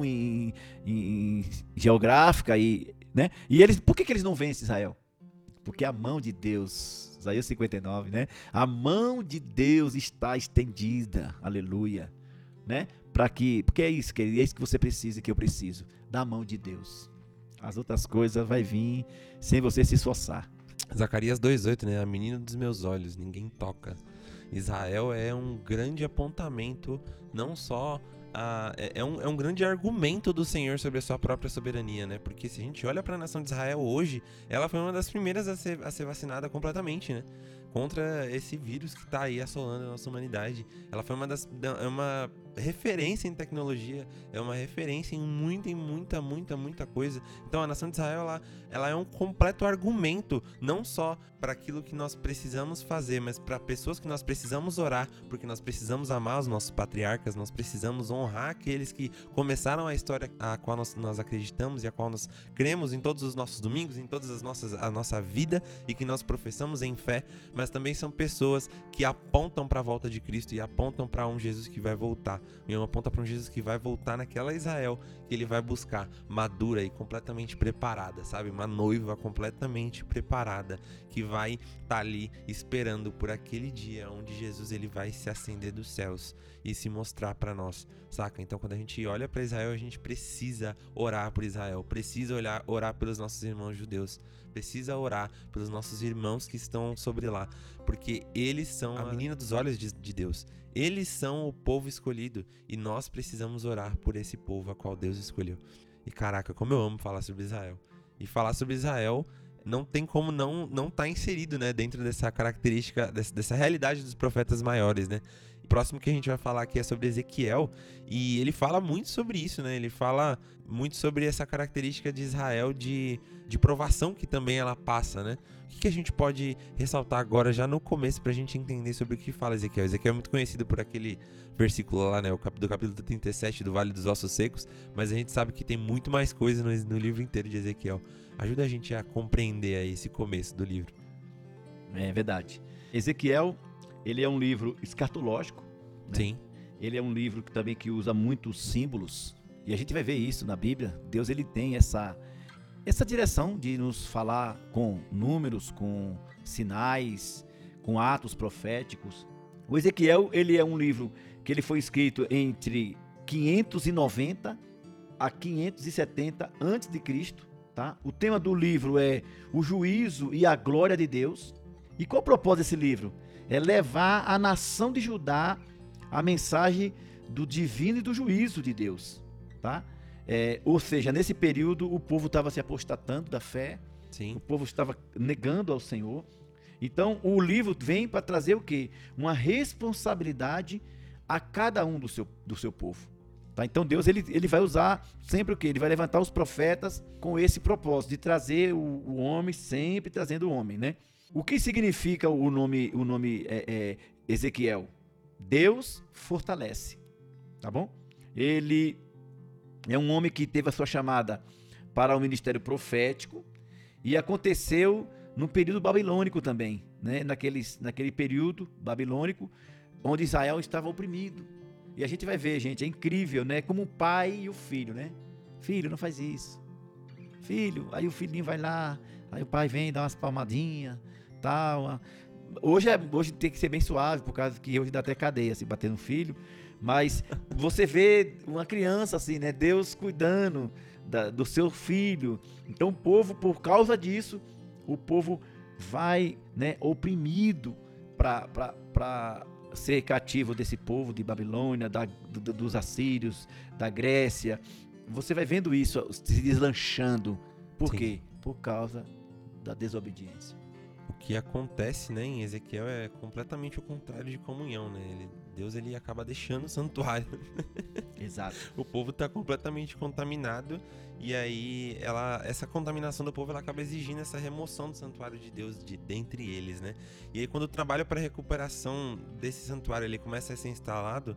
em geográfica, né? E eles, por que eles não vencem Israel? Porque a mão de Deus, Isaías 59, né? A mão de Deus está estendida, aleluia, né? Porque é isso, querido, é isso que você precisa e que eu preciso, da mão de Deus. As outras coisas vai vir sem você se esforçar. Zacarias 2,8, né? A menina dos meus olhos, ninguém toca. Israel é um grande apontamento, não só... É um grande argumento do Senhor sobre a sua própria soberania, né? Porque se a gente olha para a nação de Israel hoje, ela foi uma das primeiras a ser vacinada completamente, né? Contra esse vírus que está aí assolando a nossa humanidade. Ela foi uma referência em tecnologia, é uma referência em muita coisa. Então a nação de Israel, ela é um completo argumento, não só para aquilo que nós precisamos fazer, mas para pessoas que nós precisamos orar, porque nós precisamos amar os nossos patriarcas, nós precisamos honrar aqueles que começaram a história a qual nós acreditamos e a qual nós cremos em todos os nossos domingos, em todas a nossa vida, e que nós professamos em fé, mas também são pessoas que apontam para a volta de Cristo e apontam para um Jesus que vai voltar. E aponta para um Jesus que vai voltar naquela Israel que ele vai buscar, madura e completamente preparada, sabe? Uma noiva completamente preparada, que vai estar ali esperando por aquele dia onde Jesus ele vai se acender dos céus e se mostrar para nós, saca? Então quando a gente olha para Israel, a gente precisa orar por Israel, precisa orar pelos nossos irmãos judeus, precisa orar pelos nossos irmãos que estão sobre lá, porque eles são a menina dos olhos de Deus. Eles são o povo escolhido e nós precisamos orar por esse povo a qual Deus escolheu. E caraca, como eu amo falar sobre Israel. E falar sobre Israel não tem como não tá inserido, né, dentro dessa característica, dessa realidade dos profetas maiores, né? O próximo que a gente vai falar aqui é sobre Ezequiel, e ele fala muito sobre isso, né? Ele fala muito sobre essa característica de Israel de provação que também ela passa, né? O que a gente pode ressaltar agora, já no começo, pra gente entender sobre o que fala Ezequiel? Ezequiel é muito conhecido por aquele versículo lá, né? Do capítulo 37 do Vale dos Ossos Secos, mas a gente sabe que tem muito mais coisa no livro inteiro de Ezequiel. Ajuda a gente a compreender aí esse começo do livro. É verdade. Ezequiel, ele é um livro escatológico, né? Sim. Ele é um livro que usa muitos símbolos, e a gente vai ver isso na Bíblia. Deus ele tem essa direção de nos falar com números, com sinais, com atos proféticos. O Ezequiel, ele é um livro que ele foi escrito entre 590 a 570 a.C., tá? O tema do livro é o juízo e a glória de Deus. E qual o propósito desse livro? É levar a nação de Judá a mensagem do divino e do juízo de Deus, tá? Ou seja, nesse período o povo estava se apostatando da fé. Sim. O povo estava negando ao Senhor. Então o livro vem para trazer o quê? Uma responsabilidade a cada um do seu povo. Tá? Então Deus ele vai usar sempre o quê? Ele vai levantar os profetas com esse propósito de trazer o homem, sempre trazendo o homem, né? O que significa o nome Ezequiel? Deus fortalece, tá bom? Ele é um homem que teve a sua chamada para o ministério profético e aconteceu no período babilônico também, né? Naquele período babilônico onde Israel estava oprimido. E a gente vai ver, gente, é incrível, né? Como o pai e o filho, né? Filho, não faz isso. Filho, aí o filhinho vai lá, aí o pai vem, dá umas palmadinhas, tal. Hoje tem que ser bem suave, por causa que hoje dá até cadeia, se bater no filho. Mas você vê uma criança assim, né? Deus cuidando do seu filho. Então o povo, por causa disso, o povo vai, né, oprimido para ser cativo desse povo de Babilônia, dos assírios, da Grécia. Você vai vendo isso se deslanchando. Por Sim. quê? Por causa da desobediência. O que acontece, né, em Ezequiel é completamente o contrário de comunhão, né? Deus ele acaba deixando o santuário. Exato. O povo está completamente contaminado e aí essa contaminação do povo ela acaba exigindo essa remoção do santuário de Deus dentre eles, né? E aí quando o trabalho para recuperação desse santuário ele começa a ser instalado,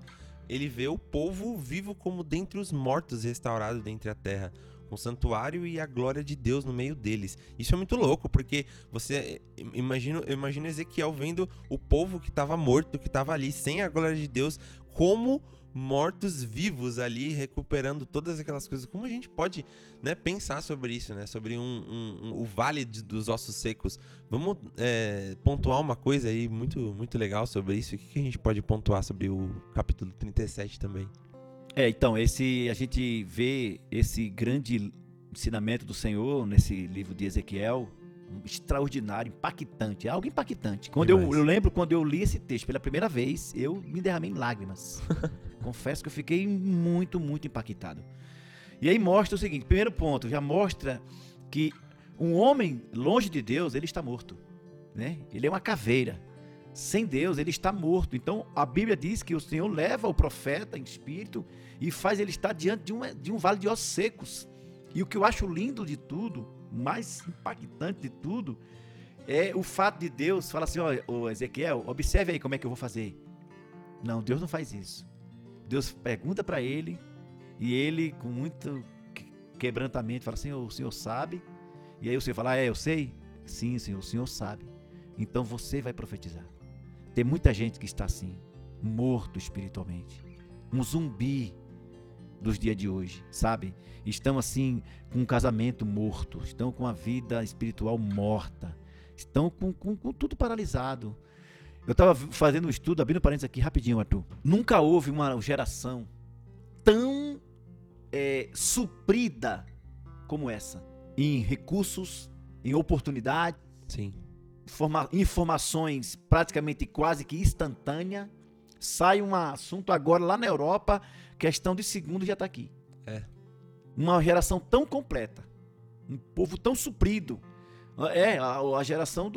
ele vê o povo vivo como dentre os mortos, restaurado dentre a terra, com o santuário e a glória de Deus no meio deles. Isso é muito louco, porque eu imagino Ezequiel vendo o povo que estava morto, que estava ali sem a glória de Deus, como mortos vivos ali, recuperando todas aquelas coisas. Como a gente pode, né, pensar sobre isso, né? Sobre o vale dos ossos secos. Vamos pontuar uma coisa aí muito, muito legal sobre isso. O que a gente pode pontuar sobre o capítulo 37 também? Então, a gente vê esse grande ensinamento do Senhor nesse livro de Ezequiel, extraordinário, impactante, é algo impactante. Eu lembro quando eu li esse texto pela primeira vez, eu me derramei em lágrimas. Confesso que eu fiquei muito, muito impactado. E aí mostra o seguinte, primeiro ponto, já mostra que um homem longe de Deus, ele está morto, né? Ele é uma caveira. Sem Deus, ele está morto. Então, a Bíblia diz que o Senhor leva o profeta em espírito e faz ele estar diante de um vale de ossos secos. E o que eu acho lindo de tudo, mais impactante de tudo, é o fato de Deus falar assim, ó, Ezequiel, observe aí como é que eu vou fazer. Não, Deus não faz isso. Deus pergunta para ele e ele, com muito quebrantamento, fala assim, o Senhor sabe? E aí o Senhor fala, eu sei? Sim, Senhor, o Senhor sabe. Então você vai profetizar. Tem muita gente que está assim, morto espiritualmente. Um zumbi dos dias de hoje, sabe? Estão assim, com um casamento morto, estão com a vida espiritual morta, estão com tudo paralisado. Eu estava fazendo um estudo, abrindo parênteses aqui rapidinho, Arthur. Nunca houve uma geração tão suprida como essa, em recursos, em oportunidades. Sim. Informações praticamente quase que instantânea. Sai um assunto agora lá na Europa, questão de segundos já está aqui. Uma geração tão completa, um povo tão suprido. A geração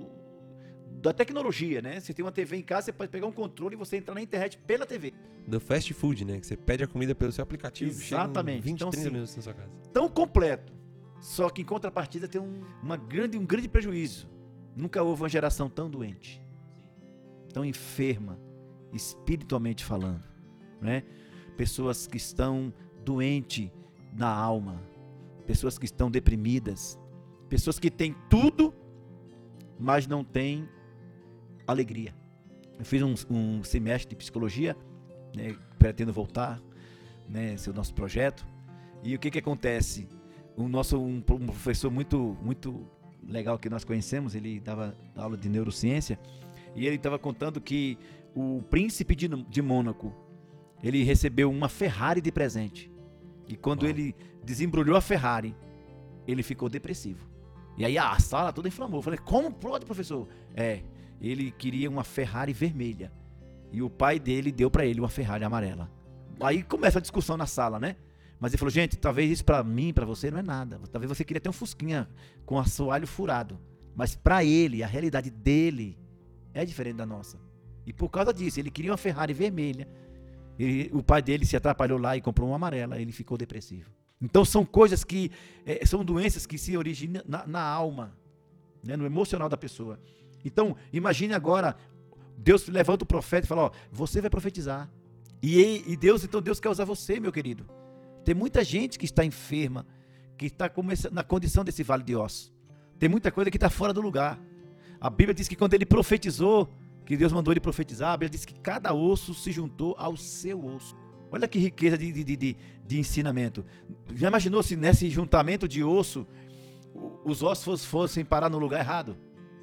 da tecnologia, né? Você tem uma TV em casa, você pode pegar um controle e você entrar na internet pela TV. Do fast food, né? Que você pede a comida pelo seu aplicativo. Exatamente. Chega em 20, então, 30 minutos na sua casa. Tão completo. Só que em contrapartida tem um grande prejuízo. Nunca houve uma geração tão doente, tão enferma, espiritualmente falando, né? Pessoas que estão doentes na alma, pessoas que estão deprimidas, pessoas que têm tudo, mas não têm alegria. Eu fiz um semestre de psicologia, né? Pretendo voltar, né? Esse é o nosso projeto. E o que acontece? Um professor muito, muito legal que nós conhecemos, ele dava aula de neurociência, e ele estava contando que o príncipe de Mônaco, ele recebeu uma Ferrari de presente, e quando ele desembrulhou a Ferrari, ele ficou depressivo, e aí a sala toda inflamou. Eu falei, como pode, professor? Ele queria uma Ferrari vermelha, e o pai dele deu para ele uma Ferrari amarela. Aí começa a discussão na sala, né? Mas ele falou, gente, talvez isso pra mim, pra você, não é nada. Talvez você queria ter um fusquinha com assoalho furado. Mas pra ele, a realidade dele é diferente da nossa. E por causa disso, ele queria uma Ferrari vermelha. O pai dele se atrapalhou lá e comprou uma amarela. Ele ficou depressivo. Então são coisas que, são doenças que se originam na alma, né, no emocional da pessoa. Então, imagine agora, Deus levanta o profeta e fala, você vai profetizar. E Deus quer usar você, meu querido. Tem muita gente que está enferma, que está na condição desse vale de ossos. Tem muita coisa que está fora do lugar. A Bíblia diz que quando ele profetizou, que Deus mandou ele profetizar, a Bíblia diz que cada osso se juntou ao seu osso. Olha que riqueza de ensinamento. Já imaginou se nesse juntamento de osso, os ossos fossem parar no lugar errado?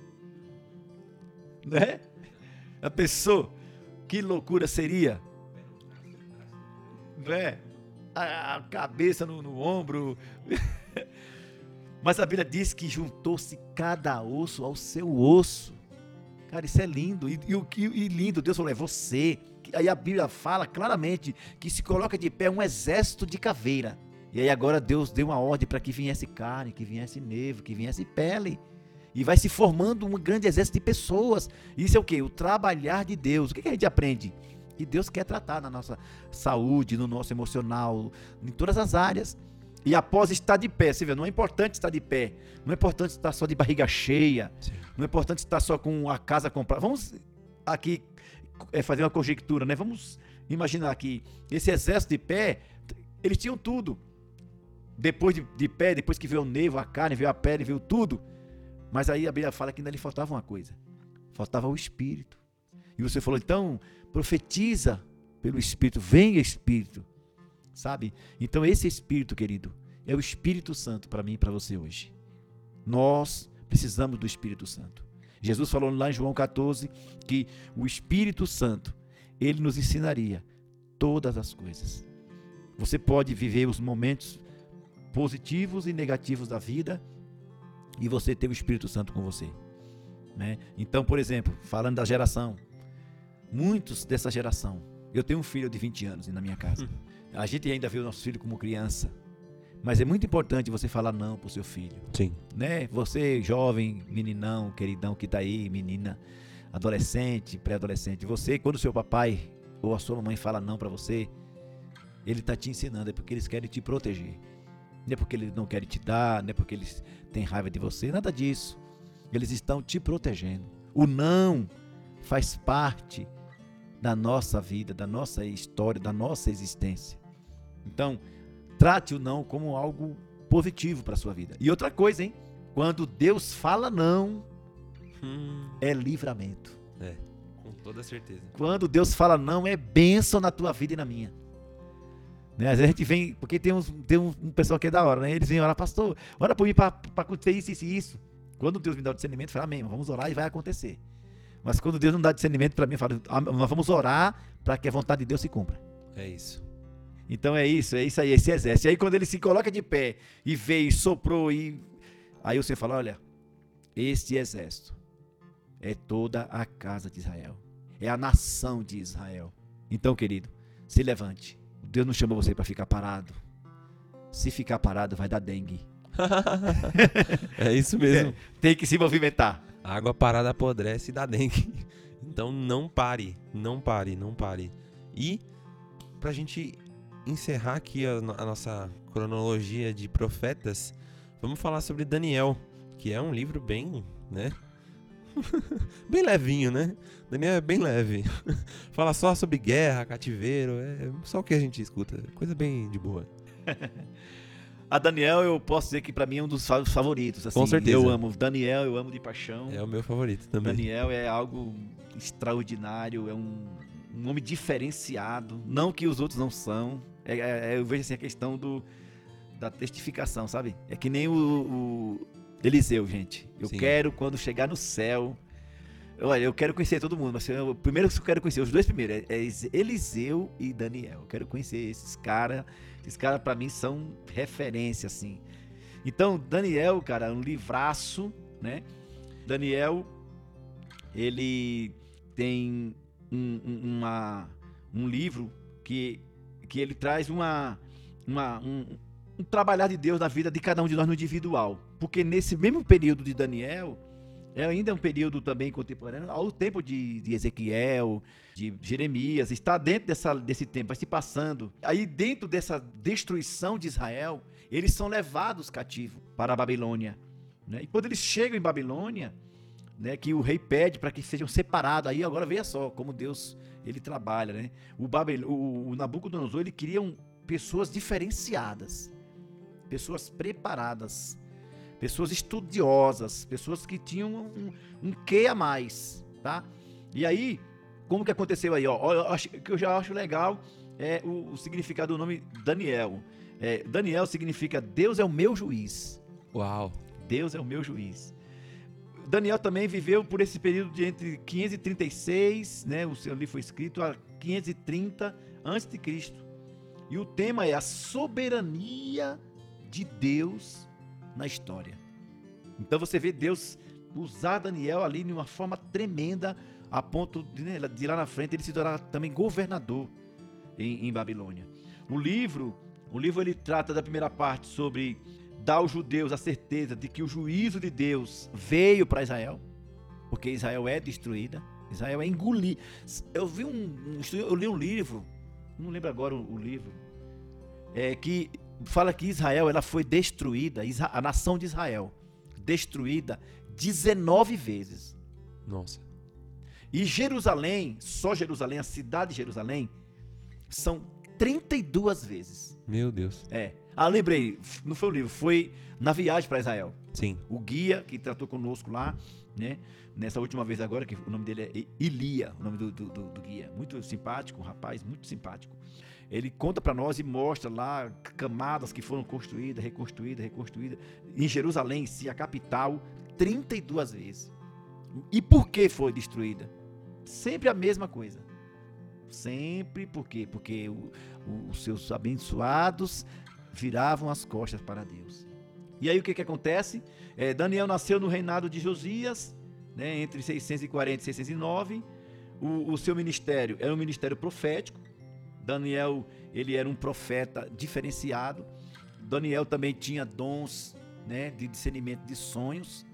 Né? A pessoa, que loucura seria? Né? A cabeça no ombro. Mas a Bíblia diz que juntou-se cada osso ao seu osso. Cara, isso é lindo. E lindo, Deus falou, é você. Aí a Bíblia fala claramente que se coloca de pé um exército de caveira. E aí agora Deus deu uma ordem para que viesse carne, que viesse nervo, que viesse pele. E vai se formando um grande exército de pessoas. Isso é o quê? O trabalhar de Deus. O que a gente aprende? Que Deus quer tratar na nossa saúde, no nosso emocional, em todas as áreas. E após estar de pé, você vê, não é importante estar de pé, não é importante estar só de barriga cheia, sim, não é importante estar só com a casa comprada. Vamos aqui fazer uma conjectura, né? Vamos imaginar que esse exército de pé, eles tinham tudo. Depois de pé, depois que veio o nervo, a carne, veio a pele, veio tudo. Mas aí a Bíblia fala que ainda lhe faltava uma coisa. Faltava o Espírito. E você falou, então, profetiza pelo Espírito. Venha Espírito. Sabe? Então esse Espírito, querido, é o Espírito Santo para mim e para você hoje. Nós precisamos do Espírito Santo. Jesus falou lá em João 14 que o Espírito Santo, ele nos ensinaria todas as coisas. Você pode viver os momentos positivos e negativos da vida e você ter o Espírito Santo com você, né? Então, por exemplo, falando da geração, muitos dessa geração, eu tenho um filho de 20 anos na minha casa, a gente ainda vê o nosso filho como criança, mas é muito importante você falar não pro seu filho. Sim. Né? Você, jovem, meninão, queridão que tá aí, menina, adolescente, pré-adolescente, você, quando o seu papai ou a sua mamãe fala não para você, ele tá te ensinando, é porque eles querem te proteger. Não é porque eles não querem te dar, não é porque eles têm raiva de você, nada disso. Eles estão te protegendo. O não faz parte da nossa vida, da nossa história, da nossa existência. Então, trate o não como algo positivo para a sua vida. E outra coisa, hein? Quando Deus fala não, é livramento. É, com toda certeza. Quando Deus fala não, é bênção na tua vida e na minha. Né? Às vezes a gente vem, porque tem um pessoal que é da hora, né? Eles vêm orar, pastor, ora por mim para acontecer isso, isso e isso. Quando Deus me dá o discernimento, eu falo, amém, vamos orar e vai acontecer. Mas quando Deus não dá discernimento para mim, eu falo, nós vamos orar para que a vontade de Deus se cumpra. É isso. Então é isso aí, esse exército. E aí quando ele se coloca de pé e veio e soprou, aí você fala, olha, este exército é toda a casa de Israel. É a nação de Israel. Então, querido, se levante. Deus não chamou você para ficar parado. Se ficar parado, vai dar dengue. É isso mesmo. Tem que se movimentar. A água parada apodrece e dá dengue. Então não pare, não pare, não pare. E pra gente encerrar aqui a nossa cronologia de profetas, vamos falar sobre Daniel, que é um livro bem, né? Bem levinho, né? Daniel é bem leve. Fala só sobre guerra, cativeiro, é só o que a gente escuta, coisa bem de boa. A Daniel, eu posso dizer que pra mim é um dos favoritos. Assim, com certeza. Eu amo Daniel, eu amo de paixão. É o meu favorito também. Daniel é algo extraordinário, é um homem diferenciado. Não que os outros não são. Eu vejo assim a questão da testificação, sabe? É que nem o Eliseu, gente. Eu Sim. quero, quando chegar no céu... Olha, eu quero conhecer todo mundo, mas o primeiro que eu quero conhecer, os dois primeiros, é Eliseu e Daniel. Eu quero conhecer esses caras. Esses caras, pra mim, são referência, assim. Então, Daniel, cara, é um livraço, né? Daniel, ele tem um livro que ele traz um trabalhar de Deus na vida de cada um de nós no individual. Porque nesse mesmo período de Daniel, ainda é um período também contemporâneo, ao tempo de Ezequiel, de Jeremias, está dentro desse tempo, vai se passando. Aí dentro dessa destruição de Israel, eles são levados cativos para a Babilônia, né? E quando eles chegam em Babilônia, né, que o rei pede para que sejam separados, aí agora veja só como Deus ele trabalha, né? O Nabucodonosor, ele queria pessoas diferenciadas, pessoas preparadas, pessoas estudiosas, pessoas que tinham um quê a mais, tá? E aí, como que aconteceu aí? Que eu já acho legal o significado do nome Daniel. Daniel significa Deus é o meu juiz. Uau! Deus é o meu juiz. Daniel também viveu por esse período de entre 536, né? O seu livro foi escrito a 530 a.C. E o tema é a soberania de Deus na história. Então você vê Deus usar Daniel ali de uma forma tremenda, a ponto de lá na frente ele se tornar também governador em Babilônia. O livro ele trata da primeira parte sobre dar aos judeus a certeza de que o juízo de Deus veio para Israel, porque Israel é destruída, Israel é engolida. Eu li um livro, não lembro agora o livro, que fala que Israel ela foi destruída, a nação de Israel, destruída 19 vezes. Nossa. E Jerusalém, só Jerusalém, a cidade de Jerusalém, São 32 vezes. Meu Deus. Lembrei, não foi o livro, foi na viagem para Israel. Sim. O guia que tratou conosco lá, né? Nessa última vez agora, que o nome dele é Ilia, o nome do guia. Muito simpático, um rapaz muito simpático. Ele conta para nós e mostra lá camadas que foram construídas, reconstruídas. Em Jerusalém, a capital, 32 vezes. E por que foi destruída? Sempre a mesma coisa. Sempre, por quê? Porque os seus abençoados viravam as costas para Deus. E aí o que acontece? Daniel nasceu no reinado de Josias, né, entre 640 e 609. O seu ministério era um ministério profético. Daniel, ele era um profeta diferenciado. Daniel também tinha dons, né, de discernimento de sonhos.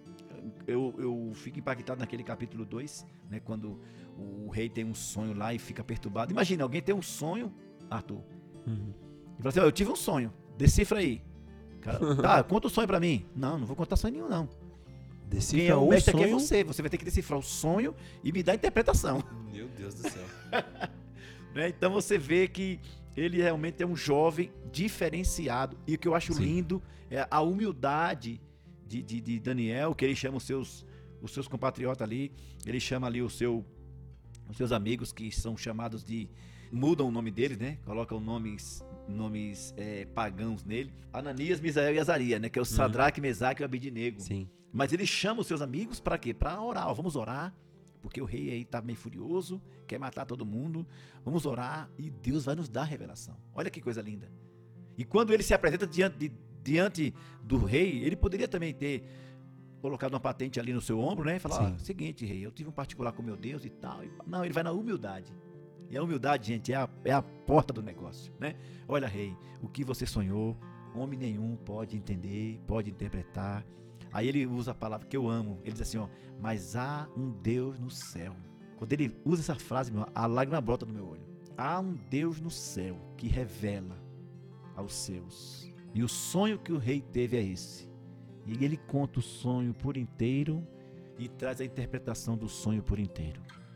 Eu fico impactado naquele capítulo 2, né, quando o rei tem um sonho lá e fica perturbado. Imagina, alguém tem um sonho, Arthur, e fala assim, eu tive um sonho, decifra aí. Cara, tá, conta o sonho pra mim. Não vou contar sonho nenhum, não. Decifra. Quem é o mestre aqui é sonho? você vai ter que decifrar o sonho e me dar a interpretação. Meu Deus do céu. Né? Então você vê que ele realmente é um jovem diferenciado. E o que eu acho lindo é a humildade de Daniel, que ele chama os seus compatriotas ali, ele chama ali os seus amigos, que são chamados de... mudam o nome deles, né? Colocam nomes pagãos nele. Ananias, Misael e Azarias, né? Que é o Sadraque, Mesaque e o Abednego. Sim. Mas ele chama os seus amigos para quê? Para orar. Ó, vamos orar, porque o rei aí tá meio furioso, quer matar todo mundo. Vamos orar e Deus vai nos dar a revelação. Olha que coisa linda. E quando ele se apresenta diante do rei, ele poderia também ter colocado uma patente ali no seu ombro, né? E falar, seguinte, rei, eu tive um particular com meu Deus e tal. Não, ele vai na humildade. E a humildade, gente, é a porta do negócio, né? Olha, rei, o que você sonhou, homem nenhum pode entender, pode interpretar. Aí ele usa a palavra que eu amo. Ele diz assim, ó, mas há um Deus no céu. Quando ele usa essa frase, a lágrima brota no meu olho. Há um Deus no céu que revela aos seus. E o sonho que o rei teve é esse. E ele conta o sonho por inteiro e traz a interpretação do sonho por inteiro.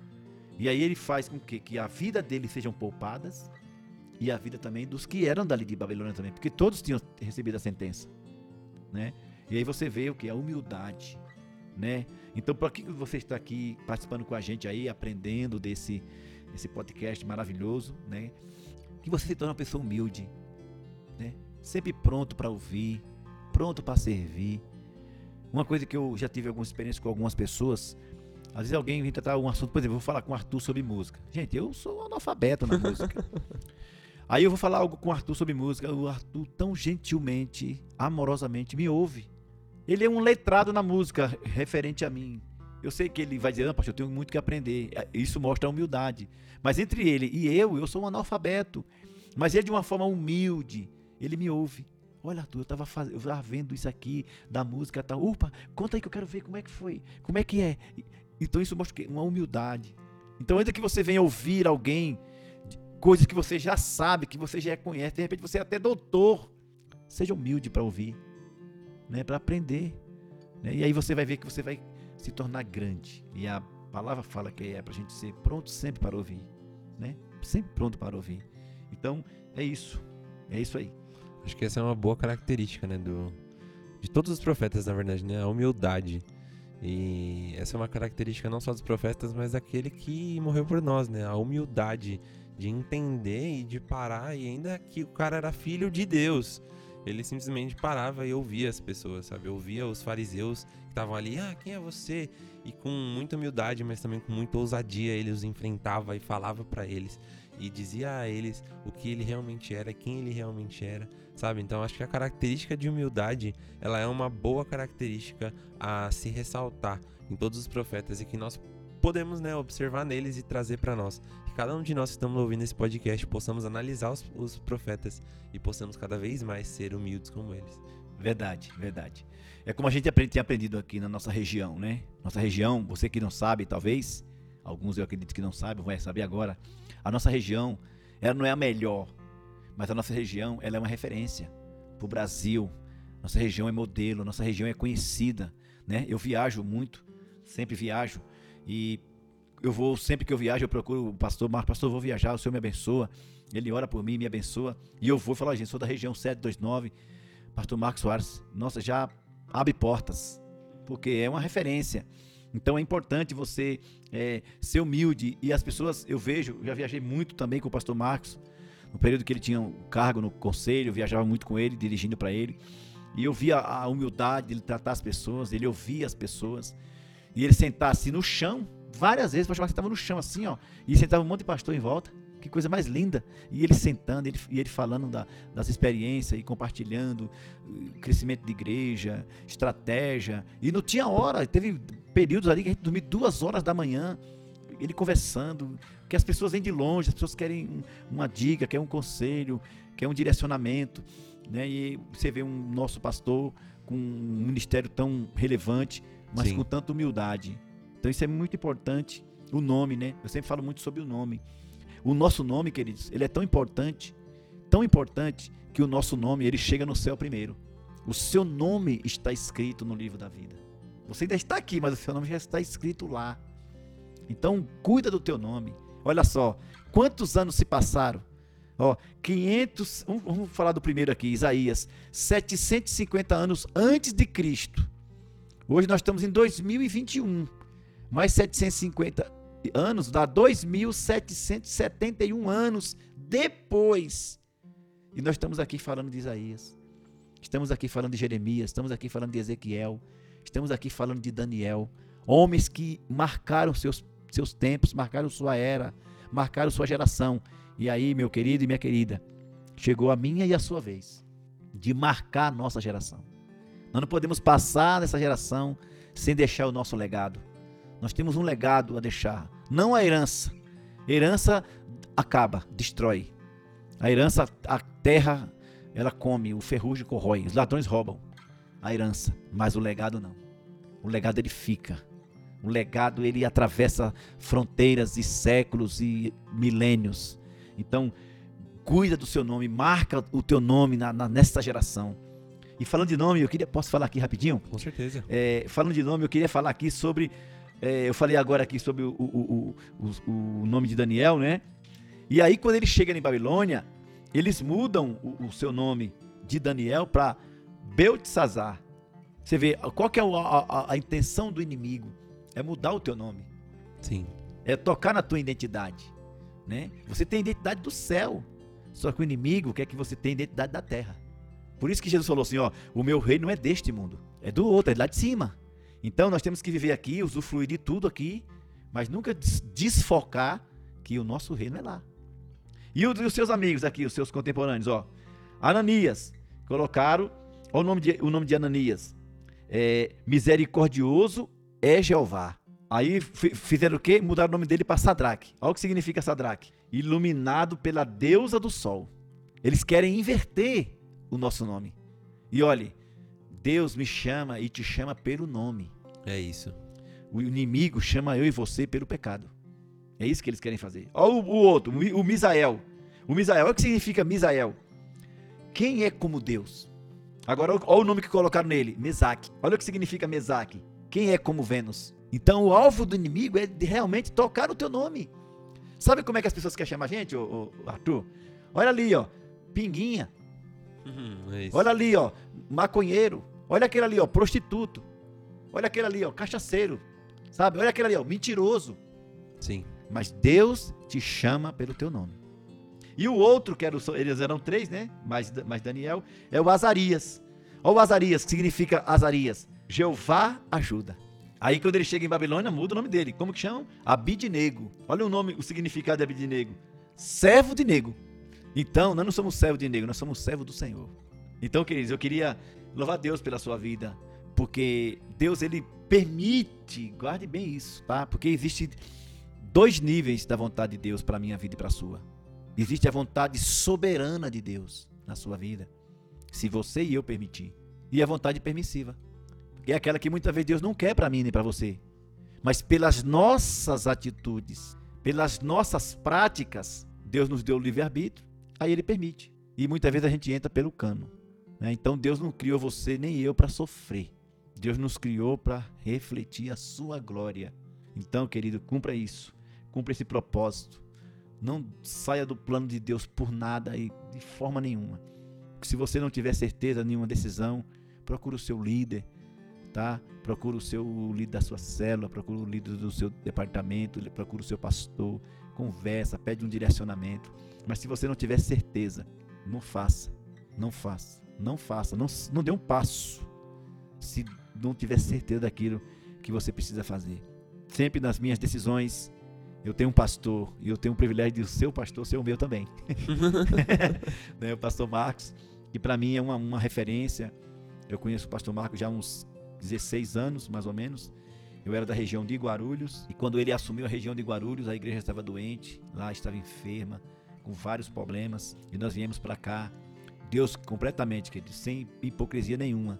E aí ele faz com que a vida dele sejam poupadas e a vida também dos que eram dali de Babilônia também, porque todos tinham recebido a sentença, né? E aí você vê o que? A humildade, né? Então, por que você está aqui participando com a gente aí, aprendendo desse podcast maravilhoso, né? Que você se torne uma pessoa humilde, né? Sempre pronto para ouvir, pronto para servir. Uma coisa que eu já tive alguma experiência com algumas pessoas, às vezes alguém vem tratar um assunto, por exemplo, eu vou falar com o Arthur sobre música. Gente, eu sou analfabeto na música. Aí eu vou falar algo com o Arthur sobre música, o Arthur tão gentilmente, amorosamente me ouve. Ele é um letrado na música, referente a mim. Eu sei que ele vai dizer, pastor, eu tenho muito que aprender. Isso mostra a humildade. Mas entre ele e eu sou um analfabeto. Mas ele de uma forma humilde, ele me ouve. Olha, Arthur, eu tava vendo isso aqui, da música e tal. Opa, conta aí que eu quero ver como é que foi, como é que é. Então isso mostra o quê? Uma humildade. Então ainda que você venha ouvir alguém, coisas que você já sabe, que você já conhece, de repente você é até doutor, seja humilde para ouvir, né, para aprender, né? E aí você vai ver que você vai se tornar grande. E a palavra fala que é para a gente ser pronto sempre para ouvir, né? Sempre pronto para ouvir. Então é isso aí. Acho que essa é uma boa característica, né, de todos os profetas, na verdade, né, a humildade. E essa é uma característica não só dos profetas, mas daquele que morreu por nós, né, a humildade de entender e de parar, e ainda que o cara era filho de Deus, ele simplesmente parava e ouvia as pessoas, sabe? Ouvia os fariseus que estavam ali, quem é você? E com muita humildade, mas também com muita ousadia, ele os enfrentava e falava para eles. E dizia a eles o que ele realmente era, quem ele realmente era, sabe? Então acho que a característica de humildade, ela é uma boa característica a se ressaltar em todos os profetas, e que nós podemos, né, observar neles e trazer para nós. Que cada um de nós que estamos ouvindo esse podcast possamos analisar os profetas e possamos cada vez mais ser humildes como eles. Verdade. É como a gente tem aprendido aqui na nossa região, né? Nossa região, você que não sabe, talvez, alguns eu acredito que não sabem, vai saber agora. A nossa região, ela não é a melhor, mas a nossa região, ela é uma referência para o Brasil. Nossa região é modelo, nossa região é conhecida, né? Eu viajo muito, sempre viajo, e eu vou, sempre que eu viajo, eu procuro o pastor Marcos, pastor, eu vou viajar, o Senhor me abençoa. Ele ora por mim, me abençoa. E eu vou falar, gente, sou da região 729, pastor Marcos Soares, nossa, já abre portas, porque é uma referência. Então é importante você ser humilde. E as pessoas, eu vejo, já viajei muito também com o pastor Marcos, no período que ele tinha um cargo no conselho, eu viajava muito com ele, dirigindo para ele. E eu via a humildade dele tratar as pessoas, ele ouvia as pessoas. E ele sentar assim no chão, várias vezes, o pastor Marcos sentava no chão assim, ó, e sentava um monte de pastor em volta. Que coisa mais linda. E ele sentando, ele falando das experiências e compartilhando crescimento de igreja, estratégia. E não tinha hora, teve períodos ali que a gente dormia 2 horas da manhã, ele conversando, que as pessoas vêm de longe, as pessoas querem uma dica, querem um conselho, querem um direcionamento, né? E você vê um nosso pastor com um ministério tão relevante, mas Sim. com tanta humildade. Então isso é muito importante. O nome, né? Eu sempre falo muito sobre o nome. O nosso nome, queridos, ele é tão importante que o nosso nome, ele chega no céu primeiro. O seu nome está escrito no livro da vida. Você ainda está aqui, mas o seu nome já está escrito lá. Então, cuida do teu nome. Olha só, quantos anos se passaram? Ó, 500, vamos falar do primeiro aqui, Isaías, 750 anos antes de Cristo. Hoje nós estamos em 2021, mais 750 anos, dá 2.771 anos depois. E nós estamos aqui falando de Isaías, estamos aqui falando de Jeremias, estamos aqui falando de Ezequiel, estamos aqui falando de Daniel, homens que marcaram seus tempos, marcaram sua era, marcaram sua geração. E aí, meu querido e minha querida, chegou a minha e a sua vez de marcar a nossa geração. Nós não podemos passar nessa geração sem deixar o nosso legado. Nós temos um legado a deixar, não a herança. Herança acaba, destrói. A herança, a terra, ela come, o ferrugem corrói, os ladrões roubam a herança, mas o legado não. O legado ele fica. O legado ele atravessa fronteiras e séculos e milênios. Então, cuida do seu nome, marca o teu nome nessa geração. E falando de nome, posso falar aqui rapidinho? Com certeza. Falando de nome, eu queria falar aqui sobre, eu falei agora aqui sobre o nome de Daniel, né? E aí quando ele chega em Babilônia, eles mudam o seu nome de Daniel para Beltesazar. Você vê, qual que é a intenção do inimigo? É mudar o teu nome. Sim. É tocar na tua identidade, né? Você tem a identidade do céu, só que o inimigo quer que você tenha a identidade da terra. Por isso que Jesus falou assim, ó, o meu reino não é deste mundo, é do outro, é lá de cima. Então nós temos que viver aqui, usufruir de tudo aqui, mas nunca desfocar que o nosso reino é lá. E os seus amigos aqui, os seus contemporâneos, ó, Ananias, colocaram, ó, o nome de Ananias, misericordioso é Jeová. Aí fizeram o quê? Mudaram o nome dele para Sadraque. Olha o que significa Sadraque. Iluminado pela deusa do sol. Eles querem inverter o nosso nome. E olhe, Deus me chama e te chama pelo nome. É isso. O inimigo chama eu e você pelo pecado. É isso que eles querem fazer. Olha o outro, o Misael. O Misael, olha o que significa Misael. Quem é como Deus? Agora, olha o nome que colocaram nele, Mesaque. Olha o que significa Mesaque. Quem é como Vênus? Então, o alvo do inimigo é de realmente tocar o teu nome. Sabe como é que as pessoas querem chamar a gente, Arthur? Olha ali, ó, pinguinha. É isso. Olha ali, ó, maconheiro. Olha aquele ali, ó, prostituto. Olha aquele ali, ó, cachaceiro. Sabe? Olha aquele ali, ó, mentiroso. Sim. Mas Deus te chama pelo teu nome. E o outro, eles eram 3, né? Mas Daniel, é o Azarias. Olha o Azarias, que significa Azarias. Jeová ajuda. Aí quando ele chega em Babilônia, muda o nome dele. Como que chamam? Abidnego. Olha o nome, o significado de Abidnego. Servo de nego. Então, nós não somos servo de nego, nós somos servo do Senhor. Então, queridos, eu queria louvar Deus pela sua vida. Porque Deus, ele permite, guarde bem isso, tá? Porque existe 2 níveis da vontade de Deus para a minha vida e para a sua. Existe a vontade soberana de Deus na sua vida, se você e eu permitir. E a vontade permissiva, que é aquela que muitas vezes Deus não quer para mim nem para você. Mas pelas nossas atitudes, pelas nossas práticas, Deus nos deu o livre-arbítrio, aí Ele permite. E muitas vezes a gente entra pelo cano, né? Então Deus não criou você nem eu para sofrer. Deus nos criou para refletir a sua glória. Então, querido, cumpra isso. Cumpra esse propósito. Não saia do plano de Deus por nada e de forma nenhuma. Se você não tiver certeza de nenhuma decisão, procure o seu líder, tá? Procure o seu líder da sua célula, procure o líder do seu departamento, procure o seu pastor, conversa, pede um direcionamento. Mas se você não tiver certeza, não faça, não dê um passo se não tiver certeza daquilo que você precisa fazer. Sempre nas minhas decisões, eu tenho um pastor e eu tenho o privilégio de o seu pastor ser o meu também. Né, o pastor Marcos, que para mim é uma referência. Eu conheço o pastor Marcos já há uns 16 anos, mais ou menos. Eu era da região de Guarulhos e quando ele assumiu a região de Guarulhos, a igreja estava doente, lá estava enferma, com vários problemas, e nós viemos para cá. Deus completamente, querido, sem hipocrisia nenhuma.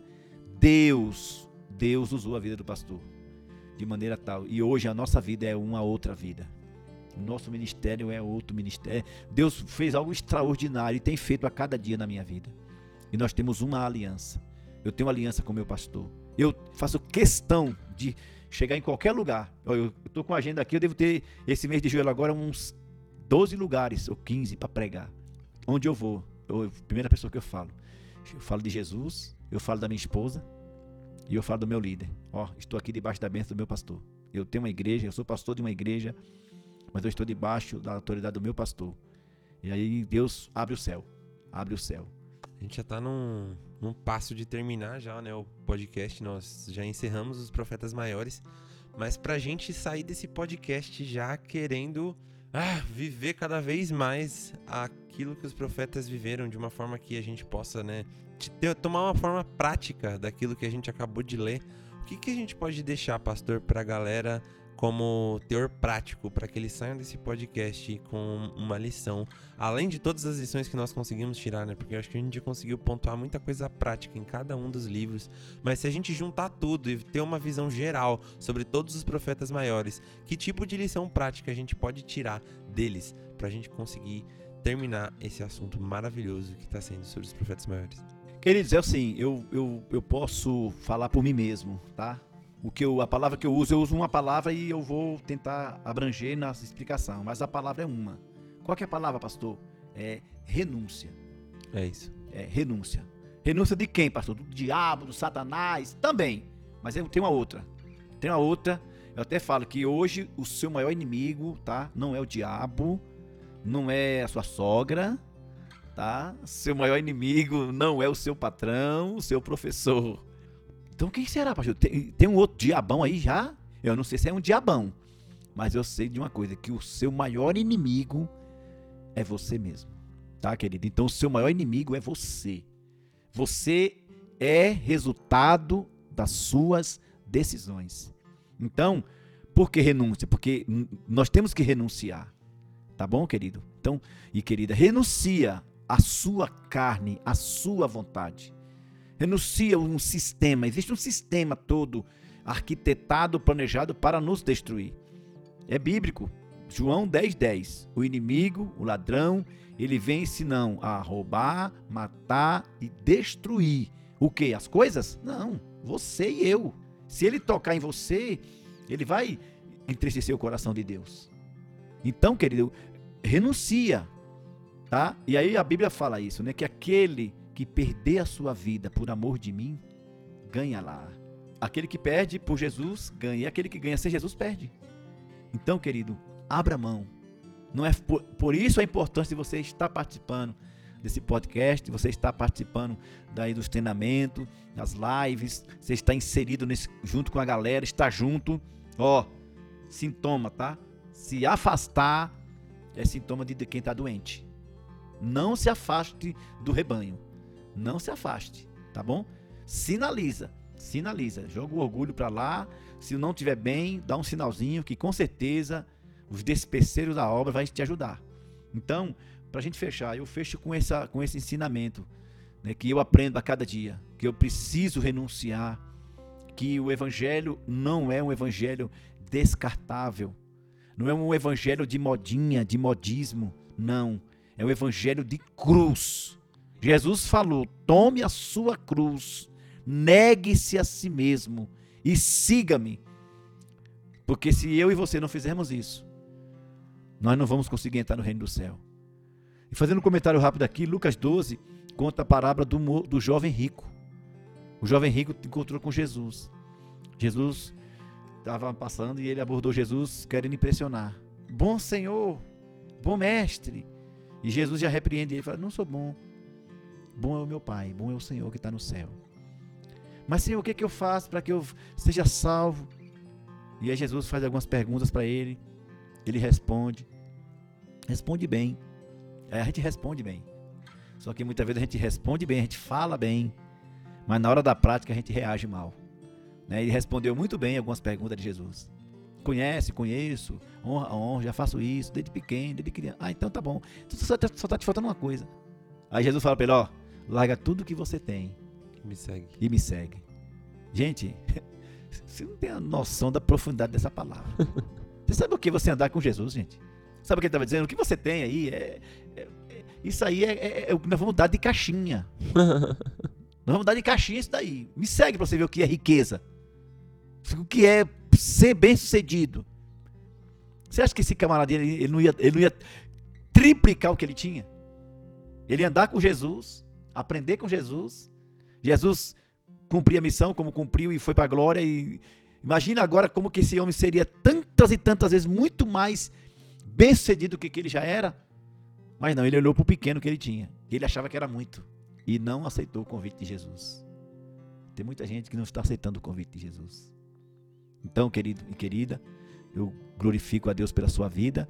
Deus usou a vida do pastor de maneira tal, e hoje a nossa vida é uma outra vida. O nosso ministério é outro ministério. Deus fez algo extraordinário e tem feito a cada dia na minha vida. E nós temos uma aliança. Eu tenho uma aliança com o meu pastor. Eu faço questão de chegar em qualquer lugar. Eu estou com a agenda aqui, eu devo ter esse mês de julho agora uns 12 lugares ou 15 para pregar. Onde eu vou, primeira pessoa que eu falo de Jesus, eu falo da minha esposa e eu falo do meu líder. Estou aqui debaixo da bênção do meu pastor. Eu tenho uma igreja, eu sou pastor de uma igreja, mas eu estou debaixo da autoridade do meu pastor. E aí Deus abre o céu. A gente já tá num passo de terminar já, né, o podcast. Nós já encerramos os Profetas Maiores, mas pra gente sair desse podcast já querendo viver cada vez mais aquilo que os profetas viveram, de uma forma que a gente possa, né, tomar uma forma prática daquilo que a gente acabou de ler. O que a gente pode deixar, pastor, pra galera como teor prático, para que eles saiam desse podcast com uma lição, além de todas as lições que nós conseguimos tirar, né? Porque eu acho que a gente já conseguiu pontuar muita coisa prática em cada um dos livros, mas se a gente juntar tudo e ter uma visão geral sobre todos os profetas maiores, que tipo de lição prática a gente pode tirar deles, pra gente conseguir terminar esse assunto maravilhoso que está sendo sobre os profetas maiores? Queridos, é assim, eu posso falar por mim mesmo, tá? A palavra que eu uso uma palavra e eu vou tentar abranger na explicação, mas a palavra é uma. Qual que é a palavra, pastor? É renúncia. É isso. É renúncia. Renúncia de quem, pastor? Do diabo, do Satanás? Também. Mas tem uma outra. Eu até falo que hoje o seu maior inimigo, tá? Não é o diabo, não é a sua sogra, tá? Seu maior inimigo não é o seu patrão, o seu professor. Então quem será, pastor? Tem um outro diabão aí já? Eu não sei se é um diabão, mas eu sei de uma coisa, que o seu maior inimigo é você mesmo, tá, querido? Então o seu maior inimigo é você. Você é resultado das suas decisões. Então, por que renúncia? Porque nós temos que renunciar, tá bom, querido? Então, e querida, renuncia a sua carne, a sua vontade. Renuncia um sistema, existe um sistema todo arquitetado, planejado para nos destruir. É bíblico. João 10:10. O inimigo, o ladrão, ele vem senão a roubar, matar e destruir. O quê? As coisas? Não, você e eu. Se ele tocar em você, ele vai entristecer o coração de Deus. Então, querido, renuncia, tá? E aí a Bíblia fala isso, né? Que aquele que perder a sua vida por amor de mim, ganha lá. Aquele que perde por Jesus, ganha. E aquele que ganha sem Jesus, perde. Então, querido, abra mão. Não é por isso a importância de você estar participando desse podcast, você estar participando daí dos treinamentos, das lives, você está inserido junto com a galera, está junto. Sintoma, tá? Se afastar é sintoma de quem está doente. Não se afaste do rebanho. Não se afaste, tá bom? Sinaliza, joga o orgulho para lá. Se não estiver bem, dá um sinalzinho que com certeza os despeceiros da obra vai te ajudar. Então, para a gente fechar, eu fecho com esse ensinamento, né, que eu aprendo a cada dia, que eu preciso renunciar, que o evangelho não é um evangelho descartável, não é um evangelho de modinha, de modismo, não, é um evangelho de cruz. Jesus falou: tome a sua cruz, negue-se a si mesmo e siga-me. Porque se eu e você não fizermos isso, nós não vamos conseguir entrar no reino do céu. E fazendo um comentário rápido aqui, Lucas 12 conta a parábola do jovem rico. O jovem rico encontrou com Jesus. Jesus estava passando e ele abordou Jesus querendo impressionar. Bom Senhor, bom mestre. E Jesus já repreende ele e fala, não sou bom. Bom é o meu Pai, bom é o Senhor que está no céu. Mas Senhor, o que é que eu faço para que eu seja salvo? E aí Jesus faz algumas perguntas para ele. Ele responde bem. Aí a gente responde bem. Só que muitas vezes a gente responde bem, a gente fala bem, mas na hora da prática a gente reage mal. Ele respondeu muito bem algumas perguntas de Jesus. Conheço, honra, já faço isso, desde pequeno, desde criança. Ah, então tá bom. Então só tá te faltando uma coisa. Aí Jesus fala para ele, ó, larga tudo que você tem e me segue. Gente, você não tem a noção da profundidade dessa palavra. Você sabe o que você andar com Jesus, gente? Sabe o que ele estava dizendo? O que você tem aí isso aí é o que nós vamos dar de caixinha. Nós vamos dar de caixinha isso daí. Me segue para você ver o que é riqueza. O que é ser bem sucedido. Você acha que esse camarada ele não ia triplicar o que ele tinha? Ele ia andar com Jesus, aprender com Jesus. Jesus cumpria a missão como cumpriu e foi para a glória. E imagina agora como que esse homem seria tantas e tantas vezes muito mais bem sucedido do que ele já era. Mas não, ele olhou para o pequeno que ele tinha. Ele achava que era muito. E não aceitou o convite de Jesus. Tem muita gente que não está aceitando o convite de Jesus. Então, querido e querida, eu glorifico a Deus pela sua vida.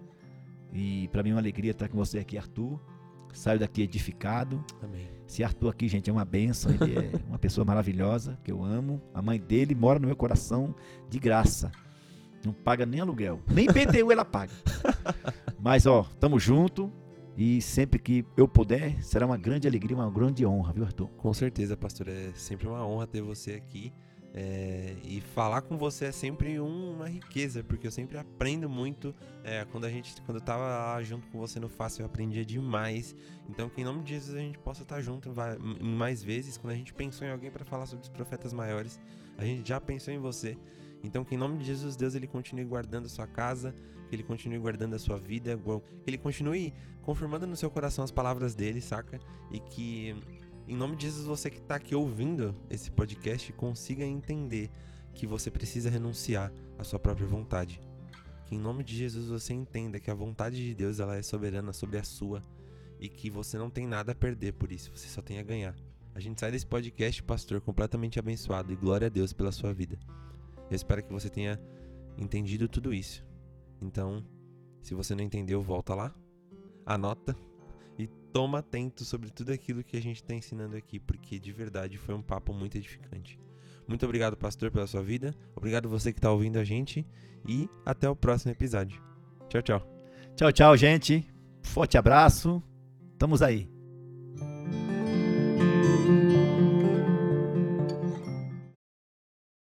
E para mim é uma alegria estar com você aqui, Arthur. Saio daqui edificado. Amém. Esse Arthur aqui, gente, é uma bênção. Ele é uma pessoa maravilhosa, que eu amo. A mãe dele mora no meu coração de graça. Não paga nem aluguel. Nem IPTU ela paga. Mas, tamo junto. E sempre que eu puder, será uma grande alegria, uma grande honra, viu, Arthur? Com certeza, pastor. É sempre uma honra ter você aqui. E falar com você é sempre uma riqueza, porque eu sempre aprendo muito. Quando eu tava lá junto com você no Fácil, eu aprendia demais. Então, que em nome de Jesus a gente possa estar junto mais vezes. Quando a gente pensou em alguém para falar sobre os profetas maiores, a gente já pensou em você. Então, que em nome de Jesus, Deus, ele continue guardando a sua casa, que ele continue guardando a sua vida, que ele continue confirmando no seu coração as palavras dele, saca? E que, em nome de Jesus, você que está aqui ouvindo esse podcast, consiga entender que você precisa renunciar à sua própria vontade. Que em nome de Jesus você entenda que a vontade de Deus, ela é soberana sobre a sua e que você não tem nada a perder por isso, você só tem a ganhar. A gente sai desse podcast, pastor, completamente abençoado, e glória a Deus pela sua vida. Eu espero que você tenha entendido tudo isso. Então, se você não entendeu, volta lá, anota e toma atento sobre tudo aquilo que a gente está ensinando aqui, porque de verdade foi um papo muito edificante. Muito obrigado, pastor, pela sua vida. Obrigado você que está ouvindo a gente e até o próximo episódio. Tchau, tchau. Tchau, tchau, gente. Forte abraço. Estamos aí.